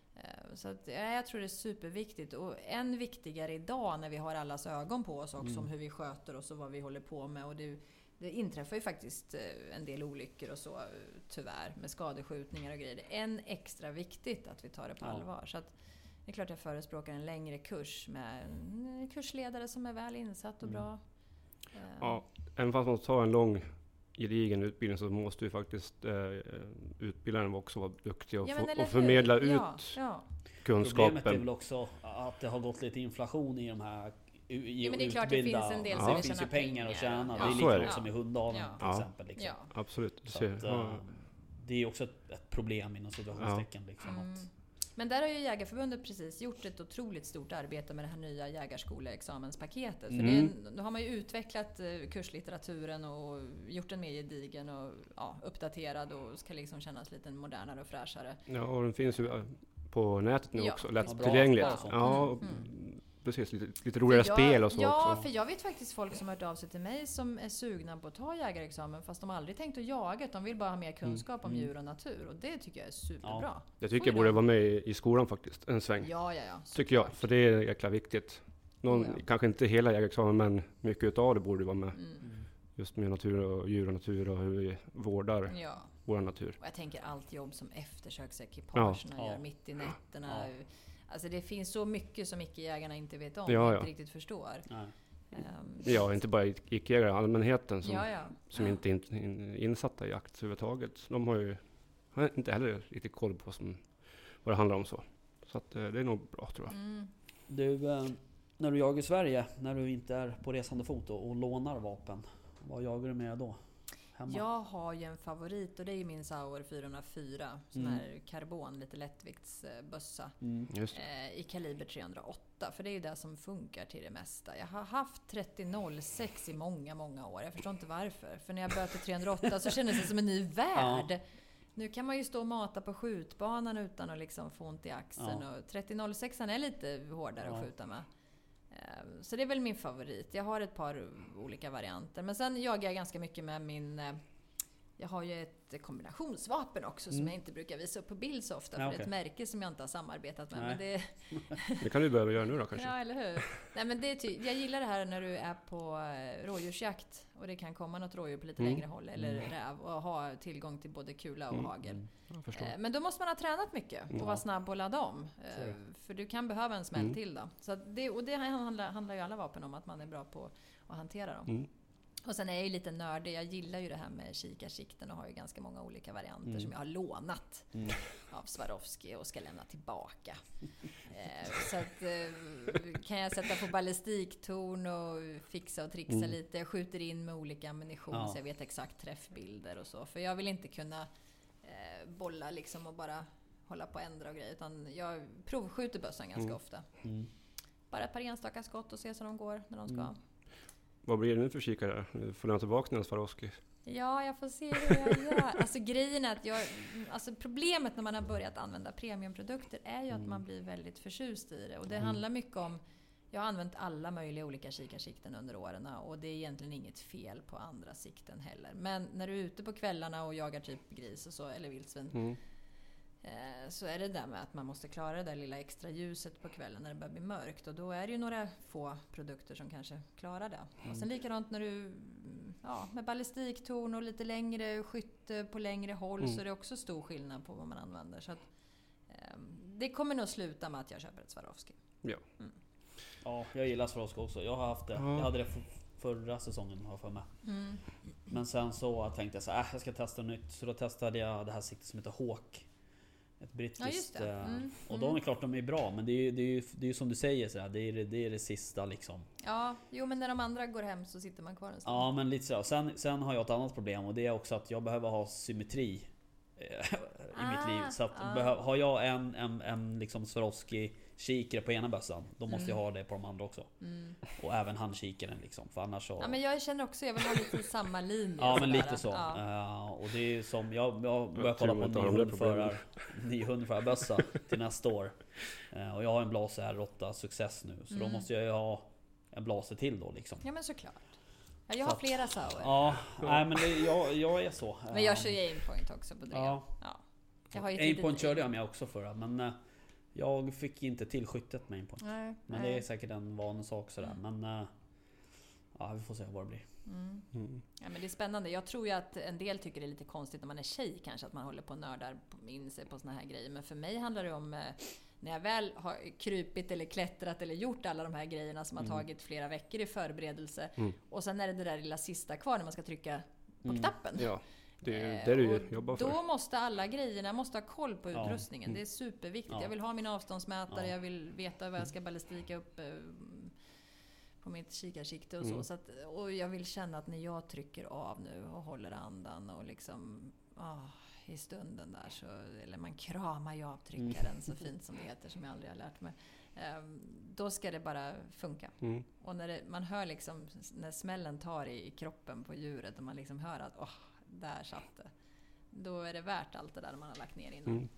Så att, ja, jag tror det är superviktigt. Och än viktigare idag när vi har allas ögon på oss också mm. om hur vi sköter oss och vad vi håller på med. Och det Det inträffar ju faktiskt en del olyckor och så tyvärr med skadeskjutningar och grejer. Det är än extra viktigt att vi tar det på ja. allvar. Så att det är klart jag förespråkar en längre kurs med en kursledare som är väl insatt och bra. Mm. Ja, även fast man tar en lång gedigen utbildning så måste ju faktiskt eh, utbildaren också vara duktig och, ja, få, och förmedla ut ja, ja. kunskapen. Problemet är väl också att det har gått lite inflation i de här I, ja, men det är klart det finns en del ja. som det finns ju pengar att tjäna. Ja. Det är lika lika som i hundaveln ja. till ja. exempel. Liksom. Ja. Absolut. Så att, ja. det är också ett, ett problem inom situationstecken. Ja. Liksom, mm. att Men där har ju Jägarförbundet precis gjort ett otroligt stort arbete med det här nya jägarskoleexamenspaketet. Mm. För det är, då har man ju utvecklat kurslitteraturen och gjort den mer gedigen och ja, uppdaterad och ska liksom kännas lite modernare och fräschare. Ja, och den finns ju på nätet nu Ja, också, finns lättillgängligt. bra, Ja, Mm, mm. precis. Lite, lite roligare jag, spel och så ja, också. för jag vet faktiskt folk som har hört av sig till mig som är sugna på att ta jägarexamen fast de aldrig tänkt att jaga. De vill bara ha mer kunskap om Mm. djur och natur och det tycker jag är superbra. Ja. Jag tycker Oj jag då. borde vara med i, i skolan faktiskt, en sväng. Ja, ja, ja. Tycker jag, såklart. för det är jäkla viktigt. Någon, Oh, ja. Kanske inte hela jägarexamen, men mycket utav det borde vara med. Mm. Just med natur och djur och natur och hur vi vårdar Ja. vår natur. Och jag tänker allt jobb som eftersöksekipagerna Ja. gör mitt i nätterna. Ja. Alltså det finns så mycket som icke-jägarna inte vet om Ja, och ja. inte riktigt förstår. Nej. Ehm, Ja, inte bara icke-jägare, allmänheten som, ja, ja. som inte är in, in, insatta i jakt överhuvudtaget. De har ju har inte heller riktigt koll på som, vad det handlar om så. Så att, eh, det är nog bra tror jag. Mm. Du, eh, när du jagar i Sverige, när du inte är på resande fot och, och lånar vapen, vad jagar du med då? Hemma? Jag har ju en favorit och det är ju min Sauer fyrahundrafyra. Sån Mm. här karbon, lite lättviktsbössa. Mm. Just det. Eh, I kaliber trehundraåtta. För det är ju det som funkar till det mesta. Jag har haft trettio noll sex i många, många år. Jag förstår inte varför. För när jag böt till trehundraåtta så kändes det som en ny värld. Nu kan man ju stå och mata på skjutbanan utan att liksom få ont i axeln. Ja. Och trettio noll sex är lite hårdare Ja. att skjuta med. Eh, Så det är väl min favorit. Jag har ett par olika varianter. Men sen jagar jag ganska mycket med min... eh, Jag har ju ett kombinationsvapen också som Mm. jag inte brukar visa upp på bild så ofta. För Ja, det är ett okej. märke som jag inte har samarbetat med. Nej. Men det, Det kan du behöva göra nu då kanske. ja, eller hur? Nej, men det är ty- jag gillar det här när du är på eh, rådjursjakt och det kan komma något rådjur på lite Mm. längre håll eller räv och ha tillgång till både kula och Mm. hagel. Jag förstår. Eh, Men då måste man ha tränat mycket och Ja. vara snabb och ladda om. Så är det. Eh, För du kan behöva en smäll Mm. till då. Så att det, och det handlar, handlar ju alla vapen om, att man är bra på att hantera dem. Mm. Och sen är jag ju lite nördig. Jag gillar ju det här med kikarsikten och har ju ganska många olika varianter Mm. som jag har lånat Mm. av Swarovski och ska lämna tillbaka. Eh, så att, eh, kan jag sätta på ballistiktorn och fixa och trixa Mm. lite. Jag skjuter in med olika ammunition Ja. så jag vet exakt träffbilder och så. För jag vill inte kunna eh, bolla liksom och bara hålla på och ändra och grejer. Utan jag provskjuter bössan ganska Mm. ofta. Mm. Bara ett par enstaka skott och se så de går när de ska. Mm. Vad blir det nu för kikare? Nu får jag tillbaka den Swarovski. Ja, jag får se hur jag gör. Alltså grejen är att jag... Alltså problemet när man har börjat använda premiumprodukter är ju att Mm. man blir väldigt förtjust i det. Och det Mm. handlar mycket om... Jag har använt alla möjliga olika kikarsikten under åren och det är egentligen inget fel på andra sikten heller. Men när du är ute på kvällarna och jagar typ gris och så, eller vildsvin, Mm. eh, så är det där med att man måste klara det där lilla extra ljuset på kvällen när det börjar bli mörkt. Och då är det ju några få produkter som kanske klarar det. Och sen likadant när du, ja, med ballistiktorn och lite längre skytte på längre håll, Mm. så är det också stor skillnad på vad man använder. Så att, eh, det kommer nog sluta med att jag köper ett Swarovski. Ja, jag gillar Swarovski också. Jag har haft det. Ja. Jag hade det för, förra säsongen har jag för mig. Mm. Men sen så tänkte jag så här, äh, jag ska testa nytt. Så då testade jag det här siktet som heter Hawk. Ett brittiskt. Ja, just det. eh, Mm, Och mm. de är klart de är bra. Men det är ju, det är ju, det är ju som du säger, så här, det, är, det- det är det sista liksom. Ja, jo men när de andra går hem så sitter man kvar en stund. Ja, men lite så. Sen, sen har jag ett annat problem och det är också att jag behöver ha symmetri eh, i mitt Ah, liv. Så att ah. behö, har jag en, en, en liksom Swarovski kikare på ena bössan, då måste Mm. jag ha det på de andra också. Mm. Och även handkikaren liksom. För annars så... Ja, men jag känner också, jag vill ha lite samma linje. Ja men sådär. lite så. Ja. Eh, och det är ju som, jag, jag börjar Jag kolla tror på inte en har ny de där problemen. hundförar, ny hundförarbössa till nästa år. Eh, och jag har en Blaser R åtta Success nu. Så då Mm. måste jag ju ha en Blaser till då liksom. Ja men såklart. Ja, jag Så har att- flera Sauer. Ja, nej men det, jag, jag är så. Men jag Eh, kör ju aimpoint också på Drea. Ja. Ja. Jag har ju ett Aimpoint litet- körde jag med också förra, men eh, jag fick inte till skyttet med aimpoint. Nej, Men nej. det är säkert en vanlig sak sådär. Mm. Men eh, ja, vi får se vad det blir. Mm. Mm. Ja, men det är spännande. Jag tror ju att en del tycker det är lite konstigt när man är tjej kanske, att man håller på och nördar in sig på såna här grejer. Men för mig handlar det om, eh, när jag väl har krypit eller klättrat eller gjort alla de här grejerna som har Mm. tagit flera veckor i förberedelse. Mm. Och sen är det det där lilla sista kvar när man ska trycka på Mm. knappen. Ja, det är Eh, det du och jobbar för. Då måste alla grejerna, måste ha koll på Ja. utrustningen. Det är superviktigt. Ja. Jag vill ha min avståndsmätare, Ja. jag vill veta vad jag ska ballistika upp eh, på mitt kikarsikte och så. Mm. så att, och jag vill känna att när jag trycker av nu och håller andan och liksom åh, i stunden där så, eller man kramar ju avtryckaren mm. så fint som det heter, som jag aldrig har lärt mig. Um, då ska det bara funka. Mm. Och när det, man hör liksom när smällen tar i kroppen på djuret och man liksom hör att åh, där satt det. Då är det värt allt det där man har lagt ner innan. Mm.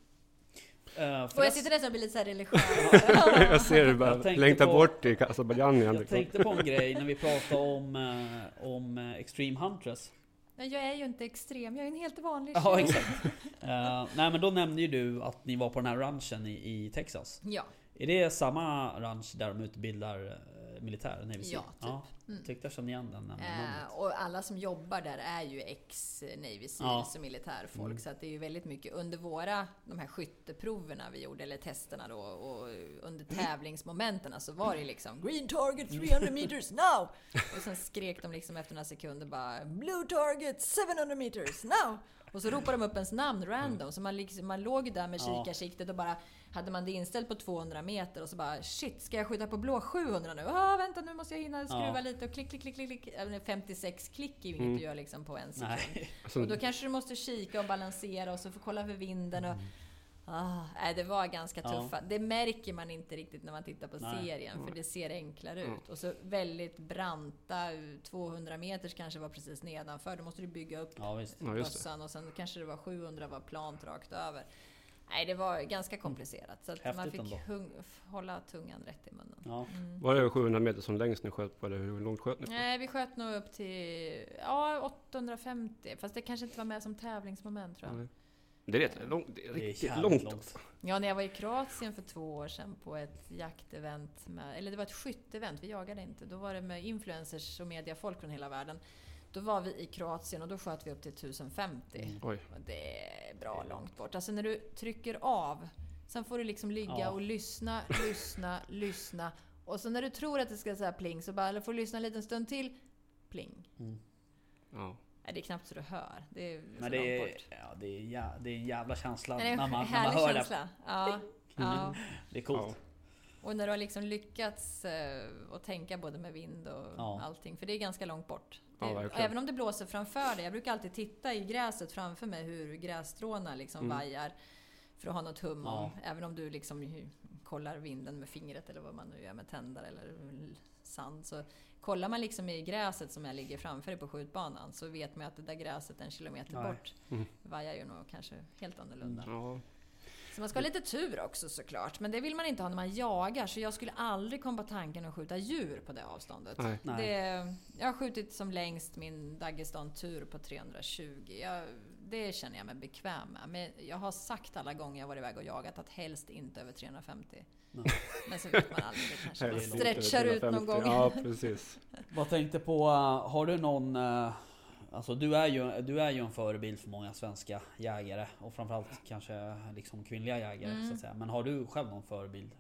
Uh, och jag sitter nästan och blir lite så här religiös. Jag ser det bara längta på, bort i Azerbaijan igen. Jag tänkte på en grej när vi pratade om, uh, om uh, Extreme Huntress. Men jag är ju inte extrem, jag är en helt vanlig tjej. Ja, exakt. uh, nej, men då nämnde ju du att ni var på den här ranchen i, i Texas. Ja. Är det samma ranch där de utbildar uh, militär? Navy Seal? Ja, typ. Ja. Mm. Tyckte jag kände igen den. Uh, och alla som jobbar där är ju ex-Navy Seals och militärfolk. Mm. Så att det är ju väldigt mycket under våra, de här skytteproverna vi gjorde, eller testerna då, och under tävlingsmomenten så var det liksom green target three hundred meters now! Och sen skrek de liksom efter några sekunder bara blue target seven hundred meters now! Och så ropade de upp ens namn random. Så man, liksom, man låg där med kikarsiktet och bara hade man det inställt på tvåhundra meter och så bara shit, ska jag skjuta på blå sjuhundra nu? Ah, vänta, nu måste jag hinna skruva ja. lite och klick, klick, klick, klick, klick. femtiosex klick är ju inget mm. att göra liksom på en sekund. Nej. Och då kanske du måste kika och balansera och så få kolla för vinden och ah, nej, det var ganska tuffa. Ja. Det märker man inte riktigt när man tittar på nej. serien, för det ser enklare ut. Och så väldigt branta, tvåhundra meters kanske var precis nedanför. Då måste du bygga upp ja, visst. bössan ja, och sen kanske det var sjuhundra var plant rakt över. Nej, det var ganska komplicerat. Så att man fick hung- hålla tungan rätt i munnen. Ja. Mm. Var det sjuhundra meter som längst ni sköt på, eller hur långt sköt ni på? Nej, vi sköt nog upp till ja, åttahundrafemtio. Fast det kanske inte var med som tävlingsmoment, tror jag. Nej. Det är rätt långt. Det är riktigt det är långt. långt. Ja, när jag var i Kroatien för två år sedan på ett jaktevent med, eller det var ett skyttevent, vi jagade inte. Då var det med influencers och mediafolk från hela världen. Då var vi i Kroatien och då sköt vi upp till tusen femtio. Mm. Oj. Och det är bra långt bort. Alltså när du trycker av, sen får du liksom ligga ja. och lyssna, lyssna, lyssna. Och så när du tror att det ska säga pling så bara, eller får du lyssna en liten stund till, pling. Mm. Ja. Nej, det är knappt så du hör. Det är men det är, ja, det, är jä, det är en jävla känsla när man, när man hör känsla. det. Ja, ja. Det är coolt. Ja. Och när du har liksom lyckats uh, att tänka både med vind och ja. allting. För det är ganska långt bort. Det, ja, även om det blåser framför dig. Jag brukar alltid titta i gräset framför mig hur grässtråna liksom mm. vajar. För att ha något hum om. Ja. Även om du liksom kollar vinden med fingret eller vad man nu gör med tändare eller sand. Så kollar man liksom i gräset som jag ligger framför dig på skjutbanan så vet man att det där gräset en kilometer Nej. bort mm. vajar ju nog kanske helt annorlunda. Mm. Ja. Så man ska ha lite tur också såklart. Men det vill man inte ha när man jagar. Så jag skulle aldrig komma på tanken att skjuta djur på det avståndet. Nej. Det, jag har skjutit som längst min Dagestan-tur på trehundratjugo. Jag, det känner jag mig bekväm med. Men jag har sagt alla gånger jag varit iväg och jagat att helst inte över trehundrafemtio. Nej. Men så vet man aldrig. Det kanske det stretchar ut någon gång. Ja, precis. Vad tänkte på, uh, har du någon... Uh, Alltså du är ju du är ju en förebild för många svenska jägare och framförallt kanske liksom kvinnliga jägare mm. så att säga. Men har du själv någon förebild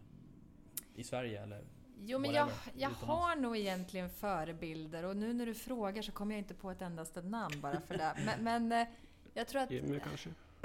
i Sverige eller? Jo, men jag, jag har nog egentligen förebilder och nu när du frågar så kommer jag inte på ett endaste namn bara för det. Men, men jag tror att Jimmy kanske.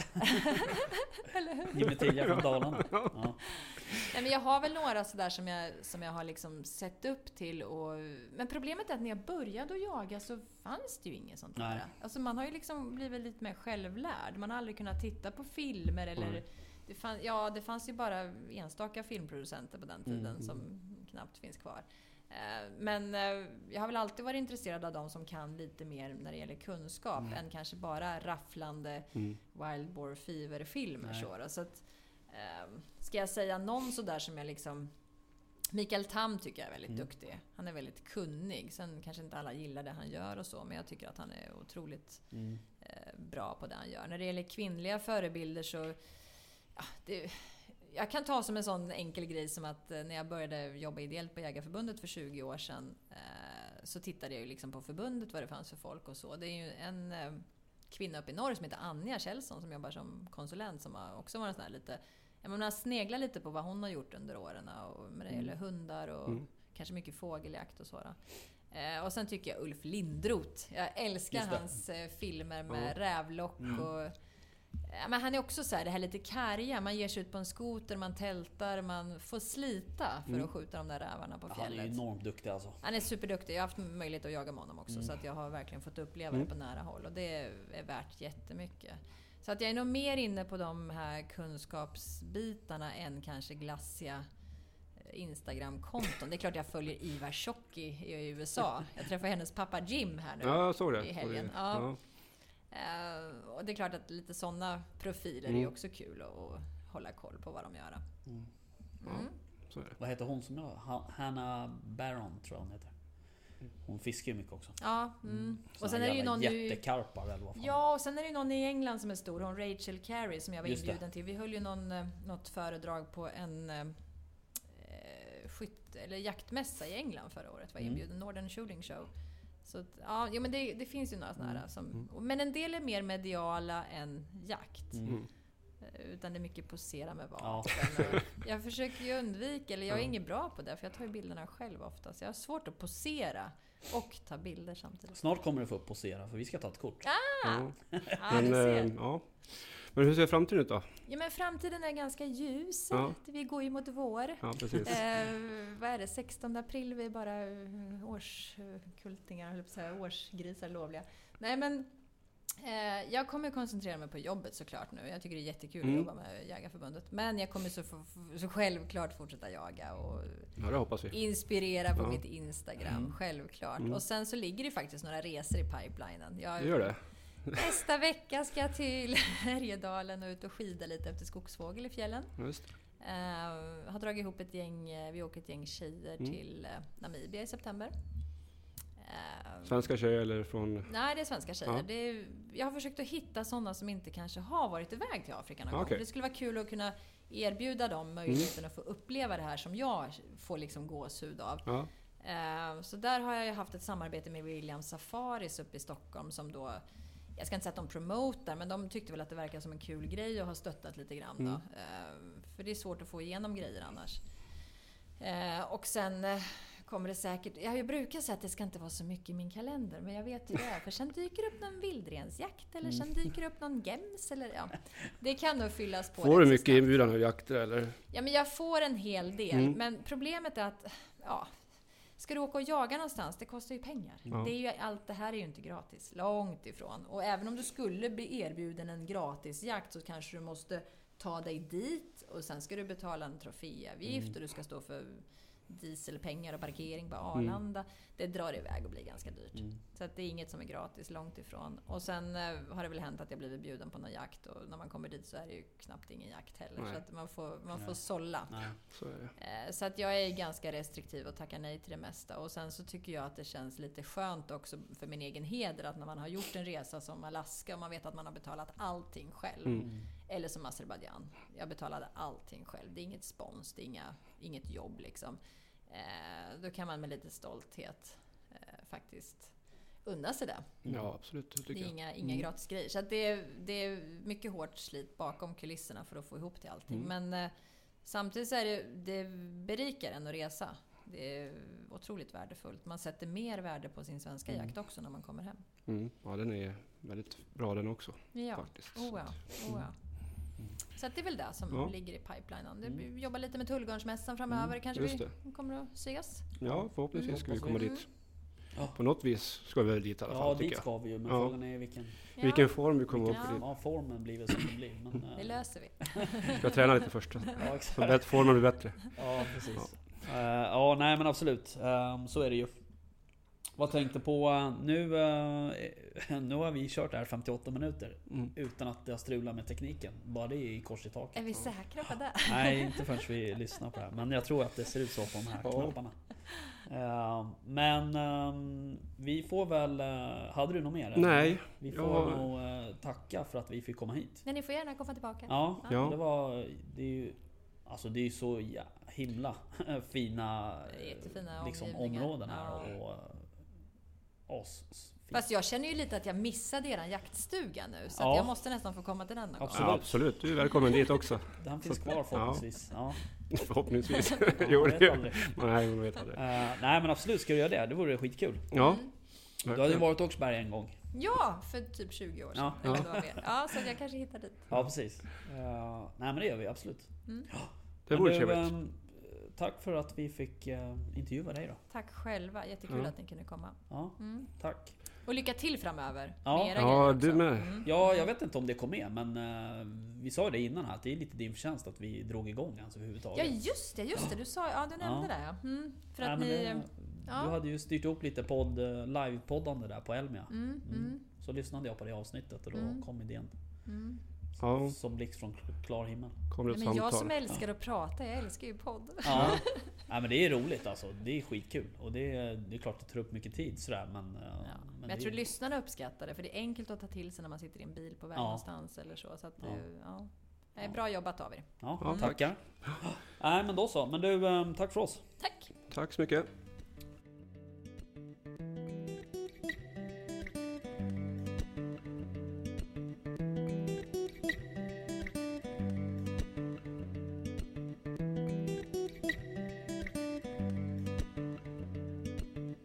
Eller hur? Jimmy Tilja från Dalarna. Ja. Nej, men jag har väl några sådär som jag, som jag har liksom sett upp till. Och, men problemet är att när jag började att jaga så fanns det ju inget sånt där. Alltså man har ju liksom blivit lite mer självlärd. Man har aldrig kunnat titta på filmer eller... Mm. Det fann, ja, det fanns ju bara enstaka filmproducenter på den tiden mm. som knappt finns kvar. Men jag har väl alltid varit intresserad av de som kan lite mer när det gäller kunskap mm. än kanske bara rafflande mm. Wild Boar Fever-filmer. Så, så att, ska jag säga någon så där som jag liksom... Mikael Tam tycker jag är väldigt mm. duktig. Han är väldigt kunnig. Sen kanske inte alla gillar det han gör och så, men jag tycker att han är otroligt mm. bra på det han gör. När det gäller kvinnliga förebilder så... Ja, det, jag kan ta som en sån enkel grej som att när jag började jobba ideellt på Jägarförbundet för tjugo år sedan eh, så tittade jag ju liksom på förbundet vad det fanns för folk och så. Det är ju en eh, kvinna uppe i norr som heter Anja Kjellson som jobbar som konsulent som har också varit sån här lite... Jag menar, snegla lite på vad hon har gjort under åren och med det gäller mm. hundar och mm. kanske mycket fågeljakt och så. Eh, och sen tycker jag Ulf Lindroth. Jag älskar hans eh, filmer med mm. rävlock mm. och... Men han är också så här, det här lite karga. Man ger sig ut på en skoter, man tältar, man får slita för mm. att skjuta de där rävarna på fjället. Han är enormt duktig alltså. Han är superduktig. Jag har haft möjlighet att jaga med honom också mm. så att jag har verkligen fått uppleva mm. det på nära håll och det är värt jättemycket. Så att jag är nog mer inne på de här kunskapsbitarna än kanske glassiga Instagram-konton. Det är klart jag följer Ivar Tjocki i U S A. Jag träffar hennes pappa Jim här nu Ja, jag såg det. i helgen. Ja. Ja. Uh, och det är klart att lite sådana profiler mm. är också kul att hålla koll på vad de gör. Mm. Mm. Ja, så är det. Vad heter hon som jag? Ha- Hannah Baron tror jag hon heter. Hon fiskar ju mycket också. Ja. Mm. Och sen är det ju någon jättekarpar eller vad fan. Ja, och sen är det ju någon i England som är stor. Hon Rachel Carey som jag var Just inbjuden det. till. Vi höll ju någon, något föredrag på en eh, skytt, eller jaktmässa i England förra året. Var inbjuden. Mm. Northern Shooting Show. Så ja, ja men det, det finns ju några sådana här som, mm. men en del är mer mediala än jakt. Mm. Utan det är mycket posera med vapen. Ja. Jag försöker ju undvika, eller jag är ingen bra på det, för jag tar ju bilderna själv oftast. Jag har svårt att posera och ta bilder samtidigt. Snart kommer du få upp posera, för vi ska ta ett kort. Ah! Ja. Ja, Men, du ser. eh, ja. Men hur ser framtiden ut då? Ja, men framtiden är ganska ljus. Ja. Vi går ju mot vår. Ja, precis. Eh, vad är det? sextonde april, vi är bara årskultingar, eller på att säga, årsgrisar lovliga. Nej, men eh, jag kommer koncentrera mig på jobbet såklart nu. Jag tycker det är jättekul mm. att jobba med Jägarförbundet. Men jag kommer så, så självklart fortsätta jaga och ja, det hoppas vi. Inspirera på ja. mitt Instagram, mm. självklart. Mm. Och sen så ligger det faktiskt några resor i pipelinen. Jag, det gör det. Nästa vecka ska jag till Härjedalen och ut och skida lite efter skogsfågel i fjällen. Just det. Uh, har dragit ihop ett gäng, vi åker ett gäng tjejer mm. till uh, Namibia i september. Uh, svenska tjejer eller från... Nej, det är svenska tjejer. Ja. Det är, jag har försökt att hitta sådana som inte kanske har varit iväg till Afrika någon ja, gång. okay. Det skulle vara kul att kunna erbjuda dem möjligheten mm. att få uppleva det här som jag får liksom gåshud av. Ja. Uh, så där har jag haft ett samarbete med William Safaris uppe i Stockholm som då, jag ska inte säga att de promotar, men de tyckte väl att det verkar som en kul grej och har stöttat lite grann då. Mm. Uh, för det är svårt att få igenom grejer annars. Uh, och sen uh, kommer det säkert, jag brukar säga att det ska inte vara så mycket i min kalender, men jag vet ju det. För sen dyker upp någon vildrensjakt eller sen dyker upp någon gems eller ja. Det kan nog fyllas på. Får du mycket inbjudan av jakter eller? Ja, men jag får en hel del. Mm. Men problemet är att, ja, ska du åka och jaga någonstans, det kostar ju pengar. Ja. Det är ju, allt det här är ju inte gratis, långt ifrån. Och även om du skulle bli erbjuden en gratisjakt så kanske du måste ta dig dit och sen ska du betala en troféavgift mm. och du ska stå för dieselpengar och parkering på Arlanda. Mm. Det drar iväg och blir ganska dyrt. Mm. Så att det är inget som är gratis, långt ifrån. Och sen eh, har det väl hänt att jag blivit bjuden på någon jakt och när man kommer dit så är det ju knappt ingen jakt heller. Nej. Så att man får, man får sålla. Nej, så är det. Eh, så att jag är ganska restriktiv och tackar nej till det mesta. Och sen så tycker jag att det känns lite skönt också för min egen heder att när man har gjort en resa som Alaska och man vet att man har betalat allting själv. Mm. Eller som Azerbaijan. Jag betalade allting själv. Det är inget spons, det är inga, inget jobb liksom. Eh, då kan man med lite stolthet eh, faktiskt unna sig det. Ja, absolut. Det är inga, inga mm. gratis grejer. Så att det, är, det är mycket hårt slit bakom kulisserna för att få ihop till allting. Mm. Men eh, samtidigt så är det, det berikar en att resa. Det är otroligt värdefullt. Man sätter mer värde på sin svenska mm. jakt också när man kommer hem. Mm. Ja, den är väldigt bra den också. Ja, faktiskt. Oh, ja. Oh, ja. Så att det är väl det som ja. ligger i pipelinen. Vi mm. jobbar lite med Tullgarnsmässan framöver. Mm, kanske vi kommer att ses. Ja, förhoppningsvis mm. ska vi komma mm. dit. Ja. På något vis ska vi väl dit i alla fall, ja, tycker dit ska vi ju. Men ja. frågan är vilken... Ja. Vilken form vi kommer vilken, upp i. Ja, formen blir väl som det blir. Men, det löser vi. Ska träna lite först. Ja, exakt. Formen blir bättre. Ja, precis. Ja, uh, ja nej men absolut. Um, så är det ju. Vad tänkte på uh, nu? Uh, nu har vi kört här femtioåtta minuter mm. utan att det har strulat med tekniken. Bara det är i kors i taket. Är vi säkra på det? Nej, inte förrän vi lyssnar på det här. Men jag tror att det ser ut så på de här oh. knapparna. Uh, men um, vi får väl... Uh, hade du något mer? Eller? Nej. Vi får ja. nog uh, tacka för att vi fick komma hit. Men ni får gärna komma tillbaka. Ja, ja. det var... Det är ju... Alltså det är ju så ja, himla fina liksom, områden här. Ja. Och, oss. Fast jag känner ju lite att jag missade eran jaktstuga nu. Så ja. att jag måste nästan få komma till den någon absolut. Ja, absolut. Du är välkommen dit också. Den finns kvar förhoppningsvis. Ja. Ja. Förhoppningsvis. Ja, jo, man vet aldrig. Nej, man vet aldrig. Uh, nej men absolut, ska du göra det? Det vore skitkul. Ja. Mm. Du hade ju varit i Oxberg en gång. Ja, för typ tjugo år sedan. Ja, ja. ja så jag kanske hittar dit. Ja, precis. Uh, nej men det gör vi absolut. Mm. Ja. Det vore trevligt. Um, tack för att vi fick uh, intervjua dig då. Tack själva, jättekul mm. att ni kunde komma. Ja, mm. tack. Och lycka till framöver. Ja. med era Ja, grejer du också. med. Mm. Ja, jag vet inte om det kom med, men uh, vi sa det innan här, att det är lite din förtjänst att vi drog igång alltså överhuvudtaget. Ja just det, just det. Du sa, ja du nämnde Ja. det. Ja. Mm, för Nej, att men ni... det, ja. Du hade ju styrt upp lite podd, live-poddande där på Elmia. Mm, Mm. mm, Så lyssnade jag på det avsnittet och då Mm. kom idén. mm. Ja, Som blixt från klar himmel. kommer det ett Nej, men jag samtal. som älskar att prata, jag älskar ju podd. Ja. Nej, men det är roligt alltså. Det är skitkul. Och det är, det är klart att det tar upp mycket tid sådär, men... Ja. men Men jag det tror är- lyssnarna uppskattar det, för det är enkelt att ta till sig när man sitter i en bil på väg Ja. någonstans eller så. Så att, Ja. det- ja. Det är Ja. bra jobbat av er. Ja, Ja, tack. tackar. Nej, men då så. Men du, eh, tack för oss. Tack! Tack så mycket.